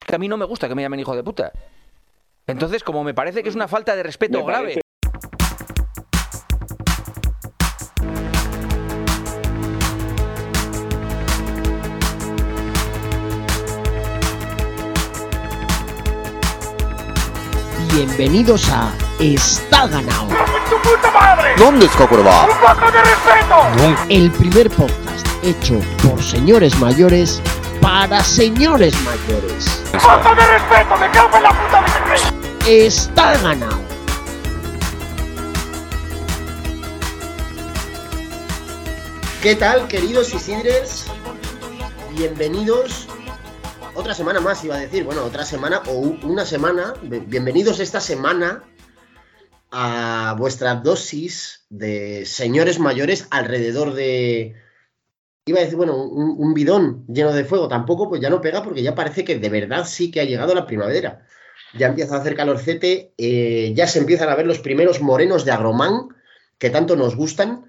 que a mí no me gusta que me llamen hijo de puta. Entonces, como me parece que es una falta de respeto grave. Bienvenidos a Está Ganado. ¡Tu puta madre! ¿Dónde está Curva? ¡Un poco de respeto! El primer podcast hecho por señores mayores para señores mayores. ¡Un poco de respeto! ¡Me cago en la puta de mi rey! Está Ganado. ¿Qué tal, queridos Isidres? Bienvenidos. Otra semana más, iba a decir, bueno, otra semana o una semana. Bienvenidos esta semana a vuestra dosis de señores mayores alrededor de... Iba a decir, bueno, un bidón lleno de fuego. Tampoco, pues ya no pega porque ya parece que de verdad sí que ha llegado la primavera. Ya empieza a hacer calorcete, ya se empiezan a ver los primeros morenos de Agromán, que tanto nos gustan.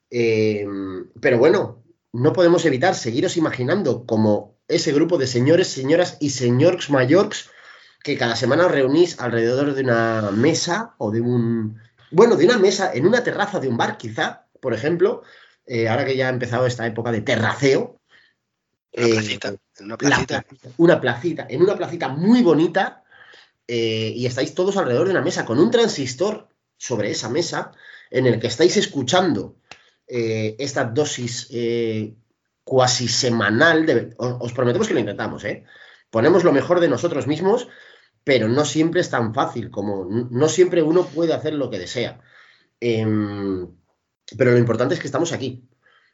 Pero bueno, no podemos evitar seguiros imaginando como ese grupo de señores, señoras y señores mayores que cada semana os reunís alrededor de una mesa o de de una mesa en una terraza de un bar, quizá, por ejemplo, ahora que ya ha empezado esta época de terraceo. Una placita. En una placita muy bonita, y estáis todos alrededor de una mesa con un transistor sobre esa mesa en el que estáis escuchando esta dosis cuasi semanal. Os prometemos que lo intentamos, ponemos lo mejor de nosotros mismos, pero no siempre es tan fácil, como no siempre uno puede hacer lo que desea. Pero lo importante es que estamos aquí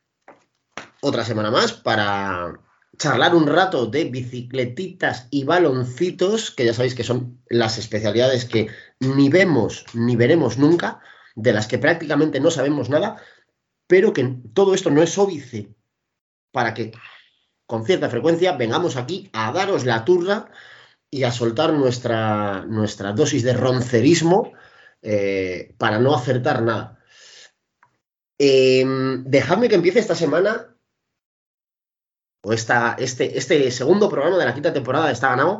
otra semana más para charlar un rato de bicicletitas y baloncitos, que ya sabéis que son las especialidades que ni vemos ni veremos nunca, de las que prácticamente no sabemos nada, pero que todo esto no es óbice para que con cierta frecuencia vengamos aquí a daros la turra y a soltar nuestra dosis de roncerismo para no acertar nada. Dejadme que empiece esta semana o este segundo programa de la quinta temporada de Está Ganado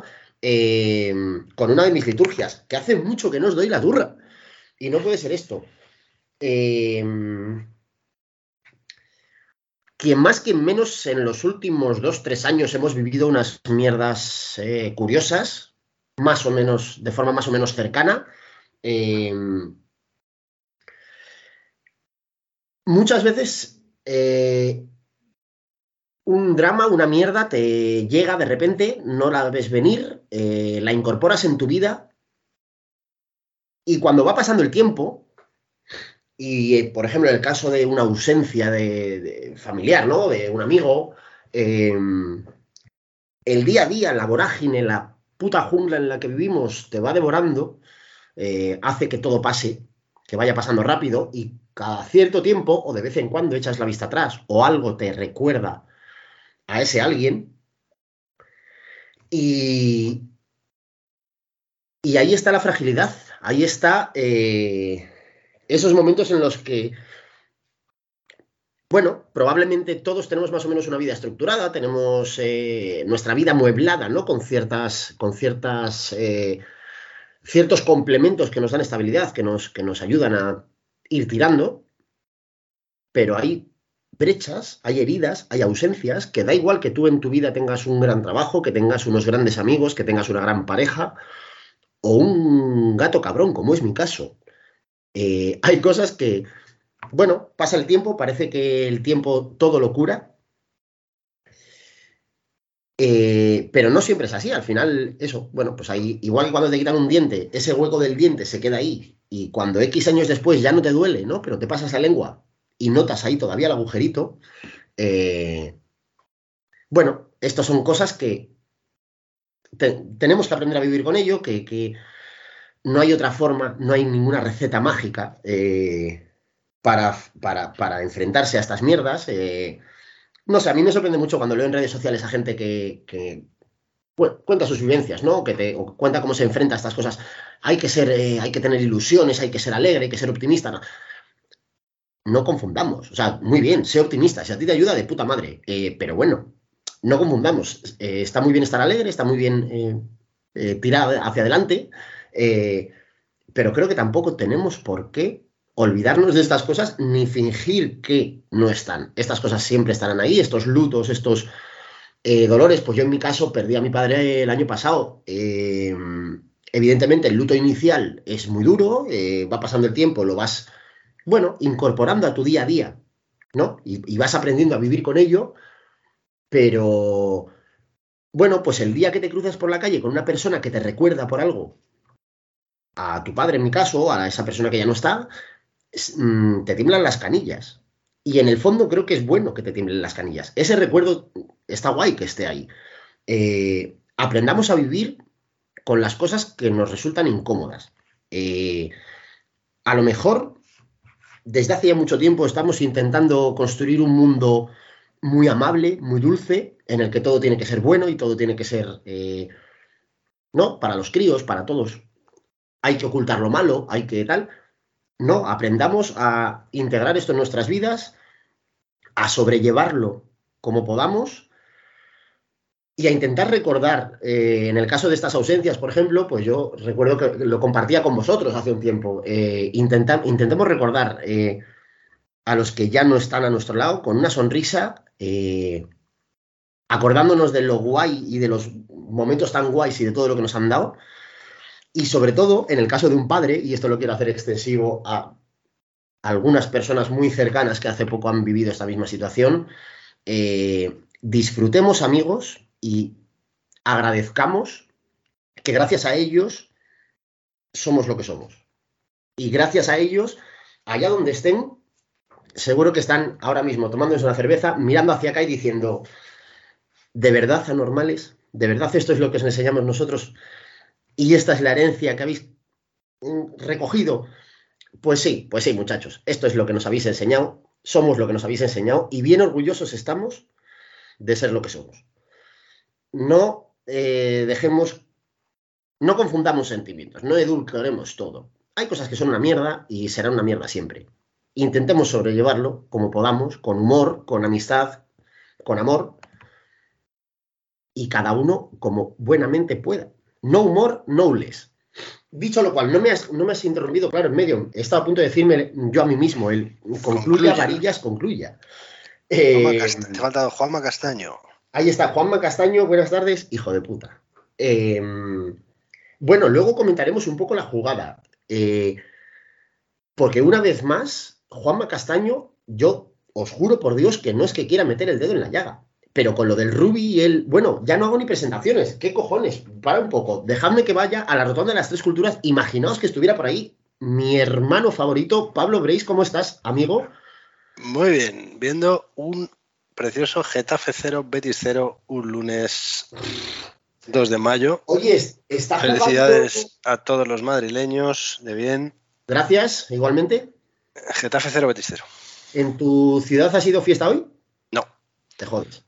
con una de mis liturgias, que hace mucho que no os doy la turra y no puede ser esto. Quien más, quien menos, en los últimos 2-3 años hemos vivido unas mierdas curiosas, más o menos, de forma más o menos cercana. Muchas veces un drama, una mierda, te llega de repente, no la ves venir, la incorporas en tu vida y cuando va pasando el tiempo... Y, por ejemplo, en el caso de una ausencia de familiar, ¿no? De un amigo, el día a día, la vorágine, la puta jungla en la que vivimos te va devorando, hace que todo pase, que vaya pasando rápido y cada cierto tiempo o de vez en cuando echas la vista atrás o algo te recuerda a ese alguien y ahí está la fragilidad, ahí está... esos momentos en los que, bueno, probablemente todos tenemos más o menos una vida estructurada, tenemos nuestra vida amueblada, ¿no? Con ciertos complementos que nos dan estabilidad, que nos ayudan a ir tirando, pero hay brechas, hay heridas, hay ausencias, que da igual que tú en tu vida tengas un gran trabajo, que tengas unos grandes amigos, que tengas una gran pareja, o un gato cabrón, como es mi caso. Hay cosas que, bueno, pasa el tiempo, parece que el tiempo todo lo cura, pero no siempre es así. Al final, eso, bueno, pues ahí, igual que cuando te quitan un diente, ese hueco del diente se queda ahí, y cuando X años después ya no te duele, ¿no? Pero te pasas la lengua y notas ahí todavía el agujerito. Bueno, estas son cosas que tenemos que aprender a vivir con ello, que no hay otra forma, no hay ninguna receta mágica para enfrentarse a estas mierdas. No sé, a mí me sorprende mucho cuando leo en redes sociales a gente que cuenta sus vivencias, ¿no? O cuenta cómo se enfrenta a estas cosas. Hay que tener ilusiones, hay que ser alegre, hay que ser optimista. No confundamos. O sea, muy bien, sé optimista. Si a ti te ayuda, de puta madre. Pero bueno, no confundamos. Está muy bien estar alegre, está muy bien tira hacia adelante, pero creo que tampoco tenemos por qué olvidarnos de estas cosas ni fingir que no están. Estas cosas siempre estarán ahí, estos lutos, estos dolores. Pues yo en mi caso perdí a mi padre el año pasado. Evidentemente el luto inicial es muy duro, va pasando el tiempo, lo vas, bueno, incorporando a tu día a día, ¿no? Y vas aprendiendo a vivir con ello, pero, bueno, pues el día que te cruzas por la calle con una persona que te recuerda por algo, a tu padre en mi caso, a esa persona que ya no está, te tiemblan las canillas. Y en el fondo creo que es bueno que te tiemblen las canillas. Ese recuerdo está guay que esté ahí. Aprendamos a vivir con las cosas que nos resultan incómodas. A lo mejor, desde hace ya mucho tiempo estamos intentando construir un mundo muy amable, muy dulce, en el que todo tiene que ser bueno y todo tiene que ser, ¿no? Para los críos, para todos. Hay que ocultar lo malo, hay que tal. No, aprendamos a integrar esto en nuestras vidas, a sobrellevarlo como podamos y a intentar recordar, en el caso de estas ausencias, por ejemplo, pues yo recuerdo que lo compartía con vosotros hace un tiempo, intentemos recordar a los que ya no están a nuestro lado con una sonrisa, acordándonos de lo guay y de los momentos tan guays y de todo lo que nos han dado. Y sobre todo, en el caso de un padre, y esto lo quiero hacer extensivo a algunas personas muy cercanas que hace poco han vivido esta misma situación, disfrutemos, amigos, y agradezcamos que gracias a ellos somos lo que somos. Y gracias a ellos, allá donde estén, seguro que están ahora mismo tomándose una cerveza, mirando hacia acá y diciendo, ¿de verdad, anormales? ¿De verdad esto es lo que os enseñamos nosotros? Y esta es la herencia que habéis recogido. Pues sí, muchachos. Esto es lo que nos habéis enseñado. Somos lo que nos habéis enseñado. Y bien orgullosos estamos de ser lo que somos. No no confundamos sentimientos. No edulcoremos todo. Hay cosas que son una mierda y serán una mierda siempre. Intentemos sobrellevarlo como podamos, con humor, con amistad, con amor. Y cada uno como buenamente pueda. No humor, no less. Dicho lo cual, no me has interrumpido, claro, en medio. He estado a punto de decirme yo a mí mismo, el concluya, varillas, concluya. Te ha faltado Juanma Castaño. Ahí está, Juanma Castaño, buenas tardes, hijo de puta. Bueno, luego comentaremos un poco la jugada. Porque una vez más, Juanma Castaño, yo os juro por Dios que no es que quiera meter el dedo en la llaga. Pero con lo del Rubi y el... Bueno, ya no hago ni presentaciones. ¿Qué cojones? Para un poco. Dejadme que vaya a la Rotonda de las Tres Culturas. Imaginaos que estuviera por ahí mi hermano favorito, Pablo Breis. ¿Cómo estás, amigo? Muy bien. Viendo un precioso Getafe 0, Betis 0, un lunes 2 de mayo. Oye, está Felicidades jugando... a todos los madrileños. De bien. Gracias, igualmente. Getafe 0, Betis 0. ¿En tu ciudad ha sido fiesta hoy? No. Te jodes.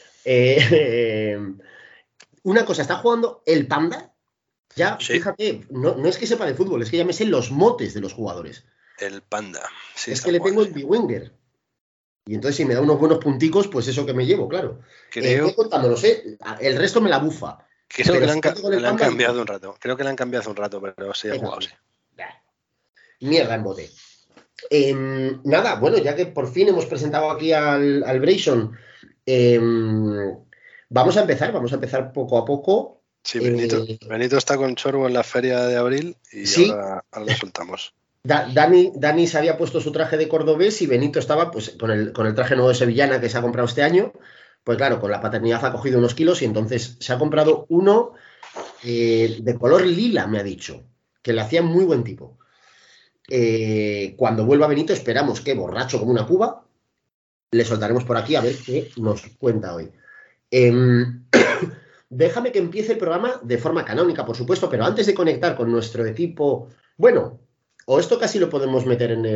Una cosa, está jugando el Panda. Ya, sí. Fíjate, no es que sepa de fútbol, es que ya me sé los motes de los jugadores. El Panda. Sí, es que le tengo el B-Winger. Y entonces si me da unos buenos punticos, pues eso que me llevo, claro. Estoy contándolo, sé. El resto me la bufa. Creo que le han cambiado un rato. Creo que le han cambiado un rato, pero sí ha jugado, sí. Mierda en bote. Nada, bueno, ya que por fin hemos presentado aquí al Brayson, vamos a empezar poco a poco. Sí, Benito está con Chorbo en la feria de abril y sí, ahora lo soltamos. Dani se había puesto su traje de cordobés y Benito estaba pues con el traje nuevo de sevillana que se ha comprado este año. Pues claro, con la paternidad ha cogido unos kilos y entonces se ha comprado uno de color lila, me ha dicho, que le hacía muy buen tipo. Cuando vuelva Benito esperamos que, borracho como una cuba, le soltaremos por aquí a ver qué nos cuenta hoy. Déjame que empiece el programa de forma canónica, por supuesto, pero antes de conectar con nuestro equipo, bueno, o esto casi lo podemos meter en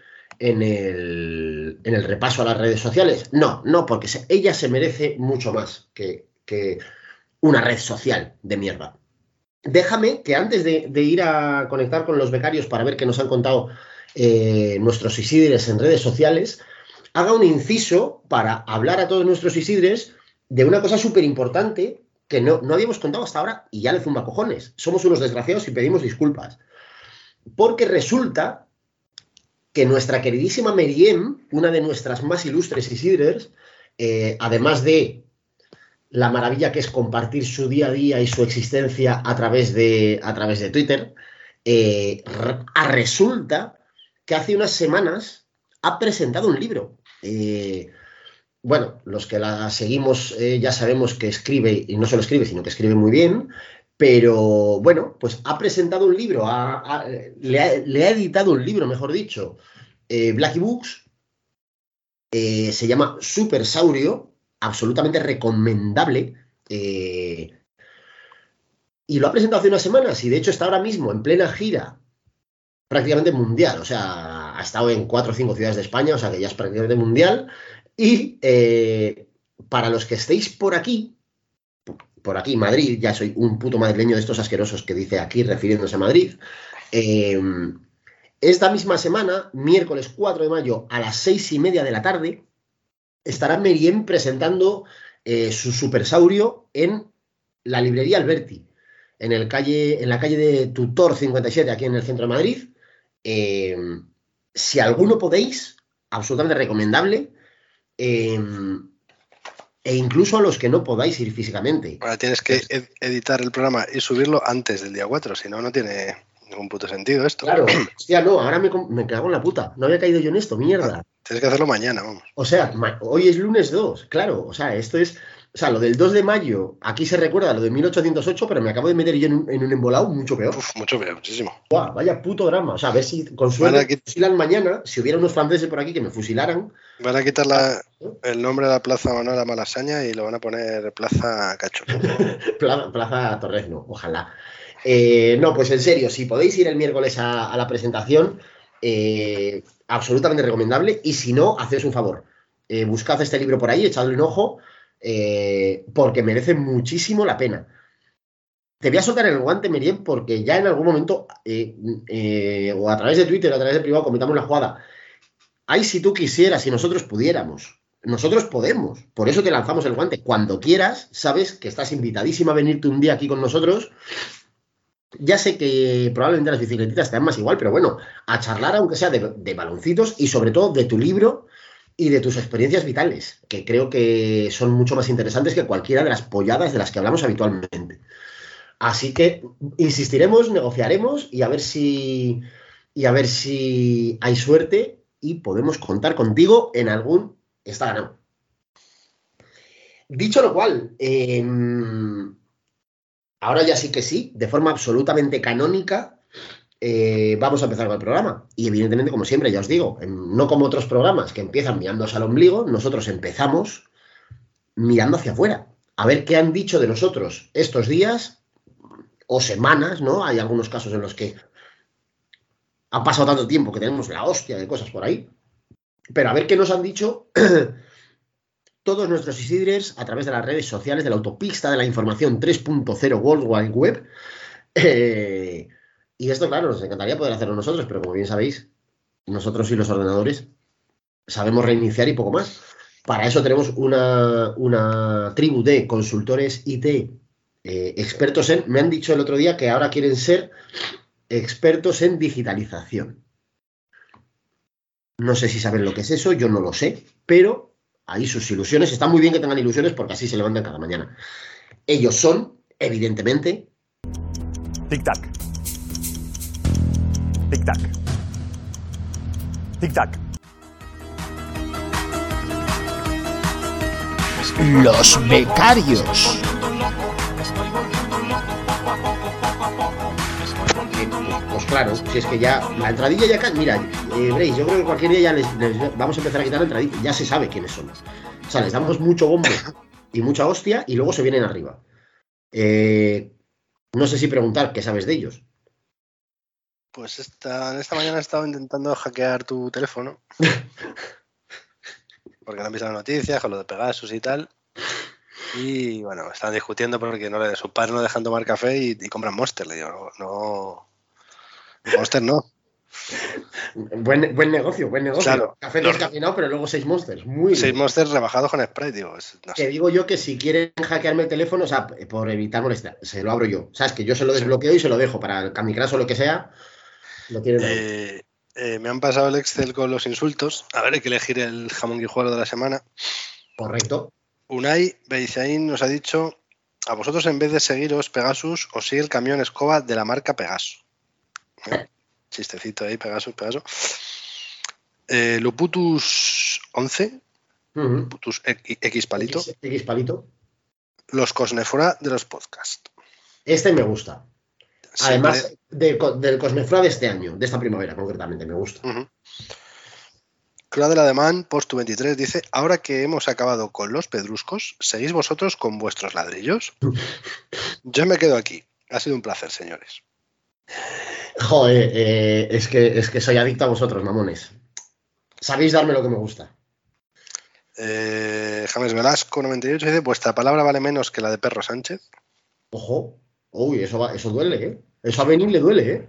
el repaso a las redes sociales. No, porque ella se merece mucho más que una red social de mierda. Déjame que antes de ir a conectar con los becarios para ver qué nos han contado nuestros Isidres en redes sociales, haga un inciso para hablar a todos nuestros Isidres de una cosa súper importante que no habíamos contado hasta ahora y ya le zumba cojones. Somos unos desgraciados y pedimos disculpas. Porque resulta que nuestra queridísima Meriem, una de nuestras más ilustres Isidres, además de la maravilla que es compartir su día a día y su existencia a través de Twitter, resulta que hace unas semanas ha presentado un libro. Bueno, los que la seguimos ya sabemos que escribe, y no solo escribe, sino que escribe muy bien, pero bueno, pues ha presentado un libro, le ha editado un libro, mejor dicho, Blacky Books, se llama Supersaurio, absolutamente recomendable, y lo ha presentado hace unas semanas, y de hecho está ahora mismo en plena gira, prácticamente mundial, o sea, ha estado en 4 o 5 ciudades de España, o sea que ya es prácticamente mundial. Y para los que estéis por aquí, Madrid, ya soy un puto madrileño de estos asquerosos que dice aquí refiriéndose a Madrid, esta misma semana, miércoles 4 de mayo a las 6:30 de la tarde, estará Meriem presentando su Supersaurio en la librería Alberti, en la calle de Tutor 57, aquí en el centro de Madrid. Si alguno podéis, absolutamente recomendable. E incluso a los que no podáis ir físicamente. Ahora tienes que editar el programa y subirlo antes del día 4, si no, no tiene ningún puto sentido esto. Claro, hostia, no, ahora me cago en la puta. No había caído yo en esto, mierda. Tienes que hacerlo mañana, vamos. O sea, hoy es lunes 2, claro. O sea, esto es... O sea, lo del 2 de mayo, aquí se recuerda lo de 1808, pero me acabo de meter yo en un embolado mucho peor. Mucho peor, muchísimo. Buah, vaya puto drama. O sea, a ver si con suerte me fusilan mañana. Si hubiera unos franceses por aquí que me fusilaran. Van a quitar el nombre de la Plaza Manuela Malasaña y lo van a poner Plaza Cacho. Plaza Torrezno, ojalá. No, pues en serio, si podéis ir el miércoles a la presentación, absolutamente recomendable. Y si no, haced un favor. Buscad este libro por ahí, echadle un ojo. Porque merece muchísimo la pena. Te voy a soltar el guante, Meriem, porque ya en algún momento o a través de Twitter o a través de privado comentamos la jugada. Ay, si tú quisieras, si nosotros pudiéramos. Nosotros podemos, por eso te lanzamos el guante. Cuando quieras, sabes que estás invitadísima a venirte un día aquí con nosotros. Ya sé que probablemente las bicicletitas te dan más igual, pero bueno, a charlar aunque sea de baloncitos y sobre todo de tu libro y de tus experiencias vitales, que creo que son mucho más interesantes que cualquiera de las polladas de las que hablamos habitualmente. Así que insistiremos, negociaremos y a ver si hay suerte y podemos contar contigo en algún Está Ganado. Dicho lo cual, ahora ya sí que sí, de forma absolutamente canónica, vamos a empezar con el programa. Y evidentemente, como siempre, ya os digo, no como otros programas que empiezan mirándose al ombligo, nosotros empezamos mirando hacia afuera. A ver qué han dicho de nosotros estos días o semanas, ¿no? Hay algunos casos en los que ha pasado tanto tiempo que tenemos la hostia de cosas por ahí. Pero a ver qué nos han dicho todos nuestros Isidres a través de las redes sociales de la autopista de la información 3.0 World Wide Web. Y esto, claro, nos encantaría poder hacerlo nosotros, pero como bien sabéis, nosotros y los ordenadores sabemos reiniciar y poco más. Para eso tenemos una tribu de consultores IT, expertos en... Me han dicho el otro día que ahora quieren ser expertos en digitalización. No sé si saben lo que es eso, yo no lo sé, pero ahí sus ilusiones. Está muy bien que tengan ilusiones porque así se levantan cada mañana. Ellos son, evidentemente... Tic-tac. Tic-tac. Tic-tac. Los becarios. Pues claro, si es que ya la entradilla ya... Mira, Brace, yo creo que cualquier día ya les vamos a empezar a quitar la entradilla. Ya se sabe quiénes son. O sea, les damos mucho bombo y mucha hostia y luego se vienen arriba. No sé si preguntar qué sabes de ellos. Pues esta mañana he estado intentando hackear tu teléfono. Porque no han visto las noticias con lo de Pegasus y tal. Y bueno, estaban discutiendo porque su padre no dejan tomar café y compran Monster. Le digo, no, Monster no. Buen negocio. Claro. Café descafeinado, pero luego 6 Monsters. Muy bien. 6 Monsters rebajados con Sprite, digo. No Que sé. digo yo que si quieren hackearme el teléfono, o sea, por evitar molestar, se lo abro yo. Sabes que yo se lo desbloqueo y se lo dejo para el Candy Crush o lo que sea. Lo tienen ahí. Me han pasado el Excel con los insultos. A ver, hay que elegir el jamón guijuelo de la semana. Correcto. Unai Beizaín nos ha dicho: a vosotros en vez de seguiros Pegasus, os sigue el camión escoba de la marca Pegaso. Chistecito ahí, Pegasus. Luputus 11, Luputus X palito. X palito. Los Cosnefora de los podcasts. Este me gusta. Siempre... Además del Cosnefra de este año, de esta primavera concretamente, me gusta. Cla del Ademán, Postu 23, dice: ahora que hemos acabado con los pedruscos, ¿seguís vosotros con vuestros ladrillos? Yo me quedo aquí. Ha sido un placer, señores. Joder, es que soy adicto a vosotros, mamones. Sabéis darme lo que me gusta. James Velasco 98 dice: vuestra palabra vale menos que la de Perro Sánchez. Ojo. Uy, eso duele, ¿eh? Eso a Benín le duele,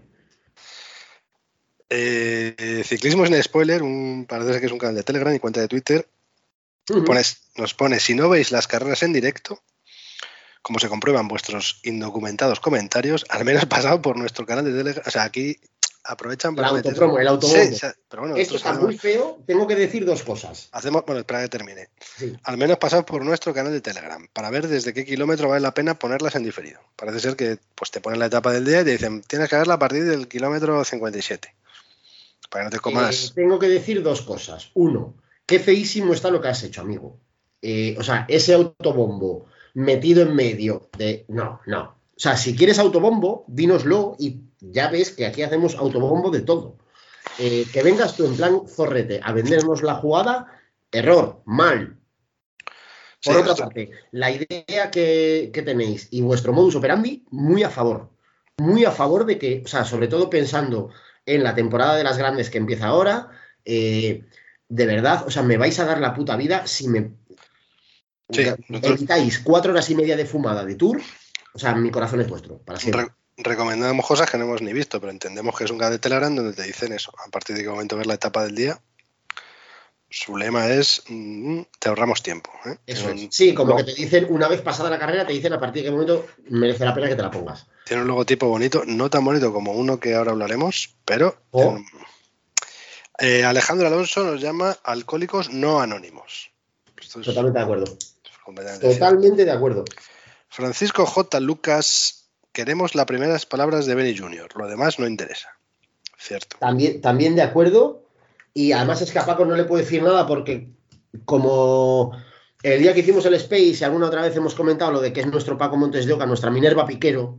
¿eh? Ciclismo sin spoiler, parece que es un canal de Telegram y cuenta de Twitter. Nos pone: si no veis las carreras en directo, como se comprueban vuestros indocumentados comentarios, al menos pasado por nuestro canal de Telegram. O sea, aquí aprovechan para el autobombo. Sí, pero bueno, esto está muy feo. Tengo que decir 2 cosas. Espera que termine. Sí. Al menos pasad por nuestro canal de Telegram para ver desde qué kilómetro vale la pena ponerlas en diferido. Parece ser que pues te ponen la etapa del día y te dicen: tienes que verla a partir del kilómetro 57. Para que no te comas. Tengo que decir 2 cosas. 1, qué feísimo está lo que has hecho, amigo. O sea, ese autobombo metido en medio de... No. O sea, si quieres autobombo, dínoslo y ya ves que aquí hacemos autobombo de todo. Que vengas tú en plan zorrete a vendernos la jugada, error, mal. Por otra parte, la idea que tenéis y vuestro modus operandi, muy a favor. Muy a favor de que, o sea, sobre todo pensando en la temporada de las grandes que empieza ahora, de verdad, o sea, me vais a dar la puta vida si me evitáis 4 horas y media de fumada de tour. O sea, mi corazón es vuestro, para siempre. Recomendamos cosas que no hemos ni visto, pero entendemos que es un canal de Telegram donde te dicen eso. A partir de qué momento ver la etapa del día, su lema es: te ahorramos tiempo. Eso es. Sí, como que te dicen, una vez pasada la carrera, te dicen a partir de qué momento merece la pena que te la pongas. Tiene un logotipo bonito, no tan bonito como uno que ahora hablaremos, pero... Alejandro Alonso nos llama Alcohólicos No Anónimos. Totalmente de acuerdo. Totalmente de acuerdo. Francisco J. Lucas: queremos las primeras palabras de Benny Jr., lo demás no interesa. Cierto. También de acuerdo. Y además es que a Paco no le puedo decir nada porque como el día que hicimos el Space y alguna otra vez hemos comentado lo de que es nuestro Paco Montes de Oca, nuestra Minerva Piquero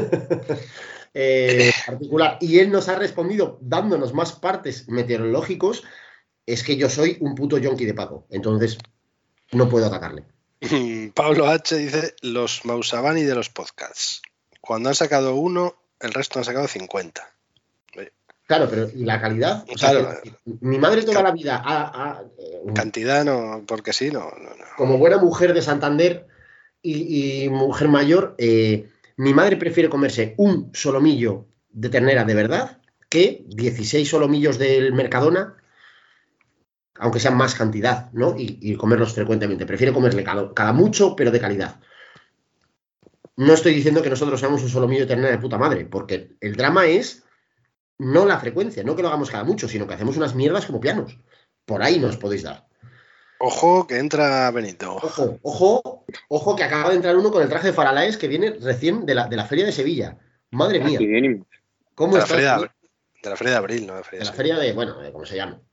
particular, y él nos ha respondido dándonos más partes meteorológicos, es que yo soy un puto yonki de Paco, entonces no puedo atacarle. Pablo H. dice: los Mausabani de los podcasts. Cuando han sacado uno, el resto han sacado 50. Claro, pero ¿y la calidad? O claro, sea, mi madre toda la vida cantidad no, porque sí, no. Como buena mujer de Santander y mujer mayor, mi madre prefiere comerse un solomillo de ternera de verdad que 16 solomillos del Mercadona, aunque sean más cantidad, ¿no? Y comerlos frecuentemente. Prefiere comerle cada mucho, pero de calidad. No estoy diciendo que nosotros seamos un solomillo de ternera de puta madre, porque el drama es no la frecuencia, no que lo hagamos cada mucho, sino que hacemos unas mierdas como pianos. Por ahí nos podéis dar. Ojo, que entra Benito. Ojo, que acaba de entrar uno con el traje de Faralaes que viene recién de la Feria de Sevilla. Madre mía. ¿Cómo estás? De la Feria de Abril, ¿no? De la Feria de, bueno, ¿cómo se llama?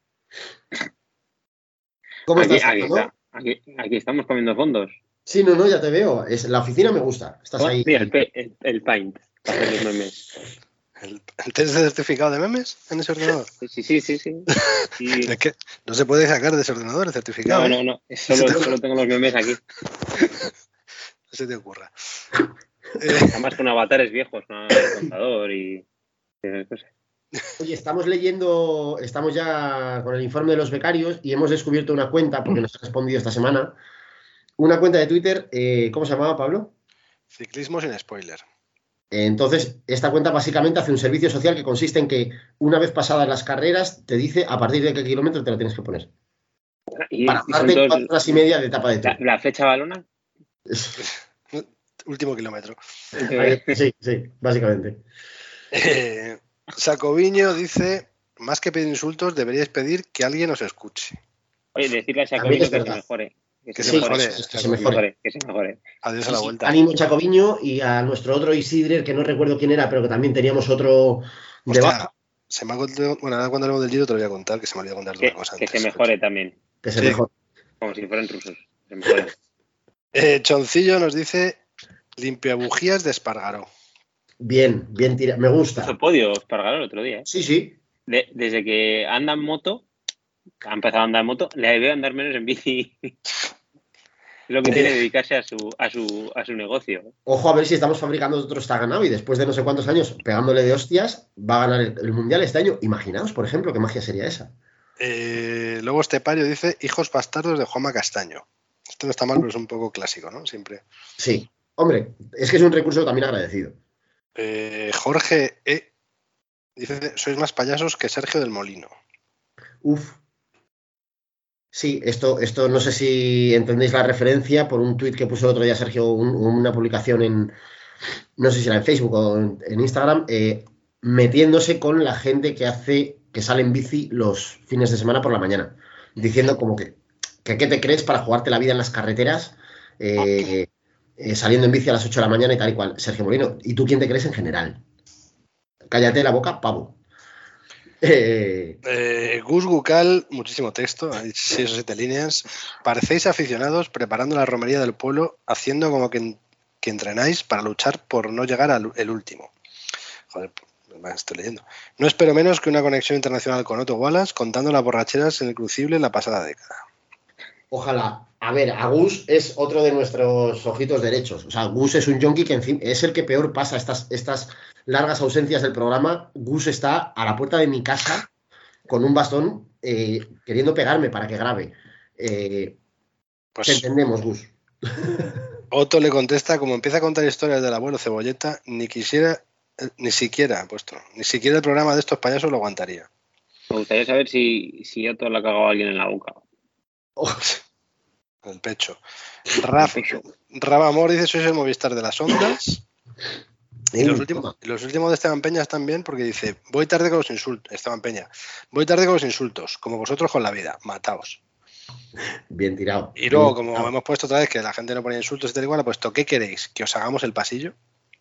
¿Cómo estás? Aquí estamos comiendo fondos. Sí, no, ya te veo. La oficina me gusta. Estás ahí. Mira, el Paint, para hacer los memes. ¿Tienes certificado de memes en ese ordenador? Sí. Es que no se puede sacar de ese ordenador el certificado. No. Solo tengo los memes aquí. No se te ocurra. Además con avatares viejos, ¿no? El contador y... No sé. Oye, estamos ya con el informe de los becarios y hemos descubierto una cuenta, porque nos ha respondido esta semana, una cuenta de Twitter, ¿cómo se llamaba, Pablo? Ciclismo sin spoiler. Entonces, esta cuenta básicamente hace un servicio social que consiste en que una vez pasadas las carreras te dice a partir de qué kilómetro te lo tienes que poner. Para darte 4 horas y media de etapa de tour. ¿La flecha balona? Último kilómetro. Sí, básicamente. Sacoviño dice, más que pedir insultos, deberíais pedir que alguien os escuche. Oye, decirle a Sacoviño que se mejore. Que se mejore. Que se mejore. Adiós a la vuelta. Ánimo Chacoviño y a nuestro otro Isidre, que no recuerdo quién era, pero que también teníamos otro de baja. Se me ha contado, bueno, ahora cuando hablemos del Giro te lo voy a contar, que se me olvidó contar otra cosa. Que se mejore también. Que se mejore. Como si fueran rusos. Se mejore. Choncillo nos dice, limpia bujías de Espargaró. Bien tirado. Me gusta. Hizo podio Espargaró el otro día, ¿eh? Sí. Desde que anda en moto, ha empezado a andar en moto, le veo andar menos en bici. Es lo que tiene dedicarse a su negocio. Ojo a ver si estamos fabricando otro Staganao y después de no sé cuántos años pegándole de hostias va a ganar el Mundial este año. Imaginaos, por ejemplo, qué magia sería esa. Luego Estepario dice hijos bastardos de Juanma Castaño. Esto no está mal, pero es un poco clásico, ¿no? Siempre. Sí. Hombre, es que es un recurso también agradecido. Jorge dice, sois más payasos que Sergio del Molino. Uf. Sí, esto no sé si entendéis la referencia por un tuit que puso el otro día Sergio, una publicación en, no sé si era en Facebook o en Instagram, metiéndose con la gente que sale en bici los fines de semana por la mañana, diciendo como que ¿qué te crees para jugarte la vida en las carreteras saliendo en bici a las 8 de la mañana y tal y cual? Sergio Molino, ¿y tú quién te crees en general? Cállate la boca, pavo. Gus Gucal, muchísimo texto, hay 6 o 7 líneas. Parecéis aficionados preparando la romería del pueblo, haciendo como que entrenáis para luchar por no llegar al el último. Joder, estoy leyendo. No espero menos que una conexión internacional con Otto Wallace contando las borracheras en el Crucible en la pasada década. Ojalá. A ver, a Gus es otro de nuestros ojitos derechos. O sea, Gus es un yonki que en fin es el que peor pasa estas largas ausencias del programa. Gus está a la puerta de mi casa con un bastón queriendo pegarme para que grabe. Pues te entendemos, Gus. Otto le contesta, como empieza a contar historias del abuelo Cebolleta, ni siquiera el programa de estos payasos lo aguantaría. Me gustaría saber si Otto le ha cagado a alguien en la boca. El pecho. Rabamor dice, sois el Movistar de las ondas. Y los últimos de Esteban Peña están bien porque dice, voy tarde con los insultos. Esteban Peña, voy tarde con los insultos, como vosotros con la vida, mataos. Bien tirado. Y luego, como hemos puesto otra vez que la gente no pone insultos y tal igual, ha puesto, ¿qué queréis? ¿Que os hagamos el pasillo?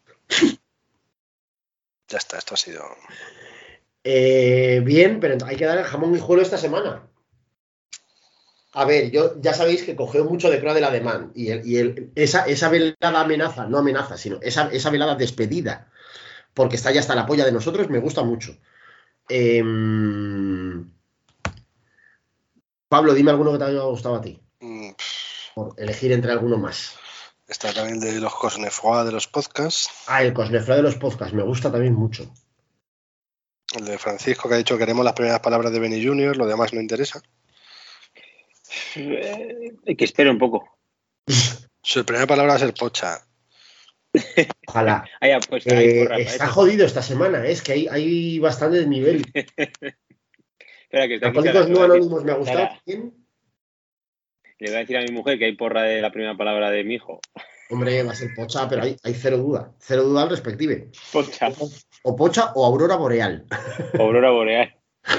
Ya está, esto ha sido... bien, pero hay que dar el jamón guijuelo esta semana. A ver, yo ya sabéis que cogeo mucho de Croa de la Demán y esa velada amenaza, no amenaza, sino esa velada despedida, porque está ya hasta la polla de nosotros, me gusta mucho. Pablo, dime alguno que te haya gustado a ti. Por elegir entre alguno más. Está también el de los Cosnefroy de los podcasts. El Cosnefroy de los podcasts, me gusta también mucho. El de Francisco, que ha dicho queremos las primeras palabras de Benny Junior, lo demás no interesa. Que espere un poco. Su primera palabra va a ser pocha. Ojalá. Está jodido esta semana, es que hay bastante nivel. Espera, que Alcohólicos no anónimos me ha gustado. ¿Quién? Le voy a decir a mi mujer que hay porra de la primera palabra de mi hijo. Hombre, va a ser pocha, pero hay cero duda. Cero duda al respective. Pocha. O pocha o aurora boreal. Aurora boreal.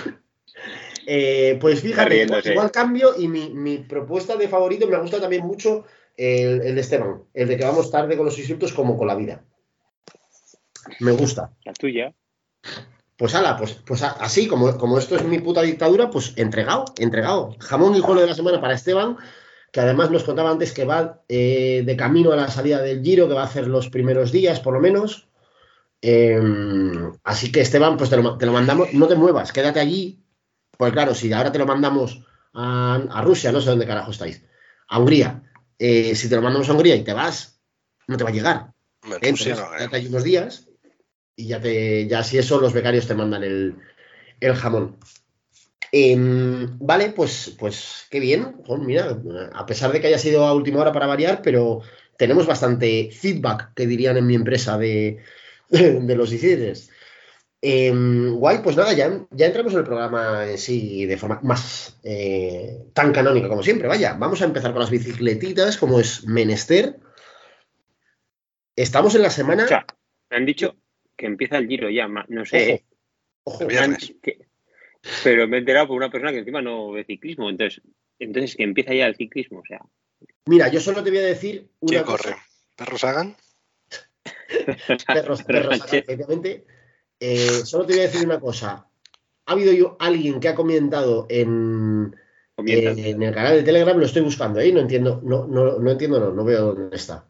Pues fíjate, igual cambio y mi propuesta de favorito me gusta también mucho el de Esteban, el de que vamos tarde con los insultos como con la vida. Me gusta. La tuya. Pues ala, pues así, como esto es mi puta dictadura, pues entregado. Jamón y juelo de la semana para Esteban, que además nos contaba antes que va de camino a la salida del Giro, que va a hacer los primeros días, por lo menos. Así que Esteban, pues te lo mandamos, no te muevas, quédate allí. Pues claro, si ahora te lo mandamos a Rusia, no sé dónde carajo estáis, a Hungría, si te lo mandamos a Hungría y te vas, no te va a llegar. Entonces, quédate allí unos días y ya si eso los becarios te mandan el jamón. Vale, pues qué bien. Mira, a pesar de que haya sido a última hora para variar, pero tenemos bastante feedback, que dirían en mi empresa, de de los Isires. Guay, pues nada, ya entramos en el programa en sí de forma más tan canónica como siempre. Vaya, vamos a empezar con las bicicletitas, como es menester. Estamos en la semana... O sea, me han dicho que empieza el Giro ya, no sé. Ojo. El viernes. Pero me he enterado por una persona que encima no ve ciclismo, entonces que empieza ya el ciclismo, o sea. Mira, yo solo te voy a decir una ¿Quién cosa. corre? ¿Perros hagan? Perros, efectivamente. Solo te voy a decir una cosa. Ha habido alguien que ha comentado en el canal de Telegram, lo estoy buscando, no entiendo, no veo dónde está.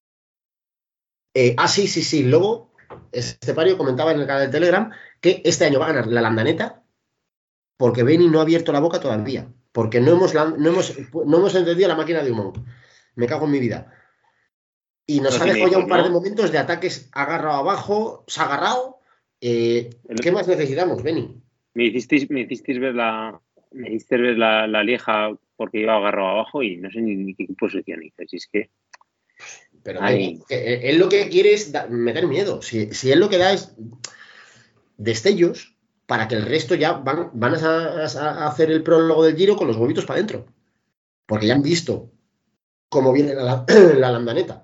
Sí, Lobo Estepario comentaba en el canal de Telegram que este año va a ganar la Landaneta porque Beni no ha abierto la boca todavía, porque no hemos entendido la máquina de Humón. Me cago en mi vida. Y nos ha dejado ya un par de momentos de ataques agarrado abajo, se ha agarrado. ¿Qué más necesitamos, Beni? Me hicisteis ver la Lieja porque iba agarrado abajo y no sé ni qué posición hizo. Si es que... Pero él lo que quiere es meter miedo. Si él lo que da es destellos para que el resto ya van a hacer el prólogo del Giro con los huevitos para adentro. Porque ya han visto cómo viene la Landaneta.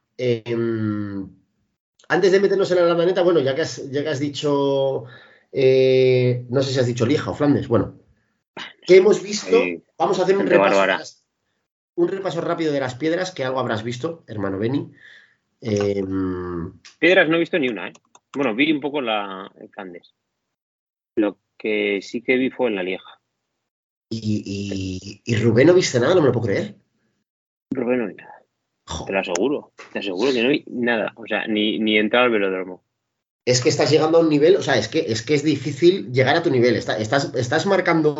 Antes de meternos en la Landaneta, bueno, ya que has dicho, no sé si has dicho Lieja o Flandes, bueno, ¿qué hemos visto? Vamos a hacer un repaso rápido de las piedras, que algo habrás visto, hermano Beni. Piedras no he visto ni una, ¿eh? Bueno, vi un poco en Flandes. Lo que sí que vi fue en la Lieja. ¿Y Rubén no viste nada? No me lo puedo creer. Rubén no vi nada. Te lo aseguro que no vi nada. O sea, ni entrar al velódromo. Es que estás llegando a un nivel, o sea, es que es difícil llegar a tu nivel. Estás marcando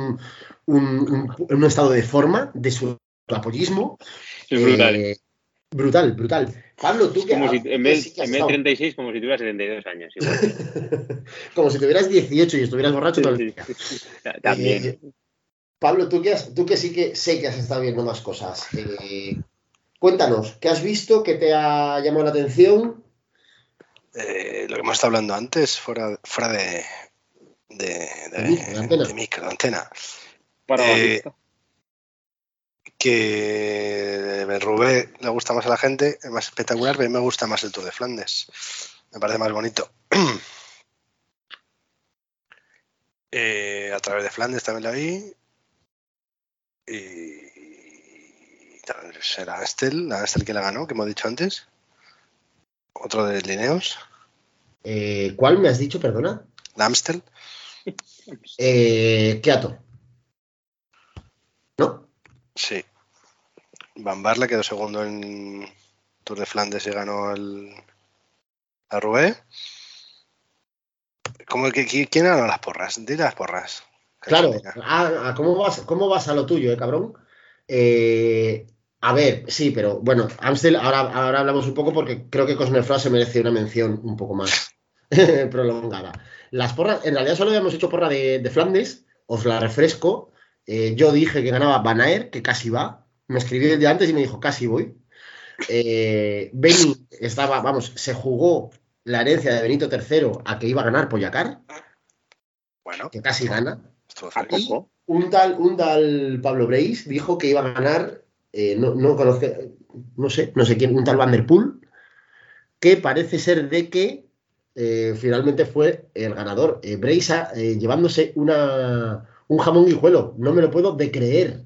un estado de forma de su apollismo. Es brutal. Brutal. Pablo, tú que... Como si, en vez de 36, como si tuvieras 72 años. Igual. Como si tuvieras 18 y estuvieras borracho todo el día. También. Pablo, tú que sí que sé que has estado viendo más cosas. Cuéntanos, ¿qué has visto? ¿Qué te ha llamado la atención? Lo que hemos estado hablando antes, fuera de micro, de antena. Que Rubén le gusta más a la gente, es más espectacular, pero a mí me gusta más el Tour de Flandes. Me parece más bonito. A través de Flandes también la vi. Y será la Amstel que la ganó, que hemos dicho antes. Otro de Lineos. ¿Cuál me has dicho, perdona? La Amstel. Keato. ¿No? Sí. Van Barle quedó segundo en Tour de Flandes y ganó a Roubaix. ¿Quién ganó las porras? Dile las porras. Claro. ¿Cómo vas a lo tuyo, cabrón? A ver, sí, pero bueno, Amstel, ahora hablamos un poco porque creo que Cosnefroid se merece una mención un poco más prolongada. Las porras, en realidad solo habíamos hecho porra de Flandes, os la refresco. Yo dije que ganaba Van Aert, que casi va. Me escribió el día antes y me dijo, casi voy. Beni se jugó la herencia de Benito III a que iba a ganar Pogačar. Bueno, que casi gana. Y un tal Pablo Breis dijo que iba a ganar, no sé quién, un tal Van der Poel, que parece ser de que finalmente fue el ganador. Breis llevándose un jamón guijuelo, no me lo puedo de creer.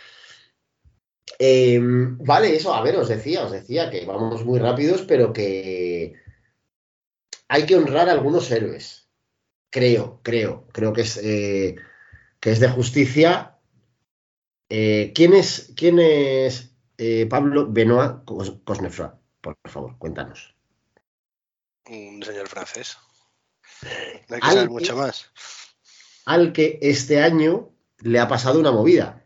Vale, eso, a ver, os decía que vamos muy rápidos, pero que hay que honrar a algunos héroes. Creo que es de justicia. ¿Quién es Pablo Benoit Cosnefroid? Por favor, cuéntanos. Un señor francés. No hay que saber mucho más. Al que este año le ha pasado una movida.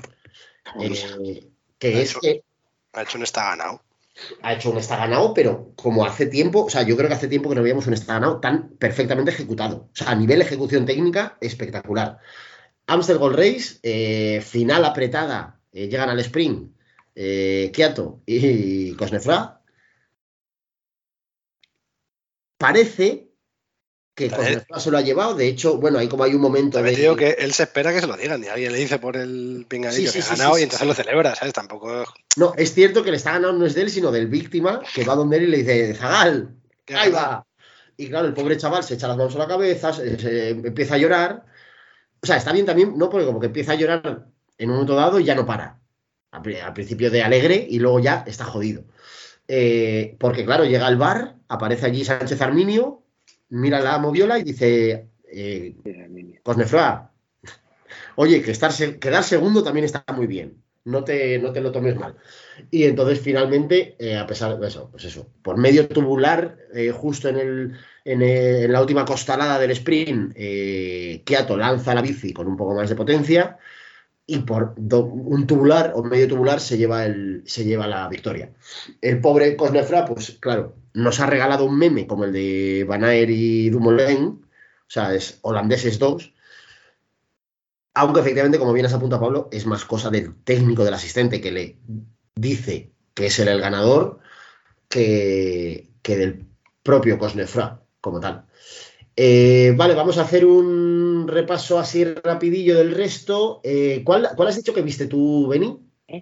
Ha hecho un está ganado. Ha hecho un está ganado, pero como hace tiempo, o sea, yo creo que hace tiempo que no veíamos un está ganado tan perfectamente ejecutado. O sea, a nivel de ejecución técnica, espectacular. Amstel Gold Race, final apretada, llegan al sprint Keato y Cosnefroid. parece que Cosnefroy se lo ha llevado. De hecho, bueno, ahí como hay un momento También de... te digo que él se espera que se lo digan y alguien le dice por el pinganillo que ha ganado y entonces lo celebra, ¿sabes? Tampoco... No, es cierto que le está ganando no es de él, sino del víctima, que va donde él y le dice, Zagal, ahí va. Y claro, el pobre chaval se echa las manos a la cabeza, se empieza a llorar. O sea, está bien también, ¿no? Porque como que empieza a llorar en un momento dado y ya no para. Al principio de alegre y luego ya está jodido. Porque claro, llega al bar, aparece allí Sánchez Arminio, mira la moviola y dice, Cosnefroy, oye, quedar segundo también está muy bien. No te lo tomes mal. Y entonces finalmente, a pesar de eso, pues eso, por medio tubular, justo en la última costalada del sprint, Quieto lanza la bici con un poco más de potencia y por un tubular o medio tubular se lleva la victoria. El pobre Cosnefroy, pues claro, nos ha regalado un meme como el de Van Aert y Dumoulin, o sea, es holandeses 2. Aunque efectivamente, como bien has apuntado, Pablo, es más cosa del técnico, del asistente, que le dice que es él el ganador, que del propio Cosnefroy como tal. Vale, vamos a hacer un repaso así rapidillo del resto. ¿Cuál has dicho que viste tú, Beni?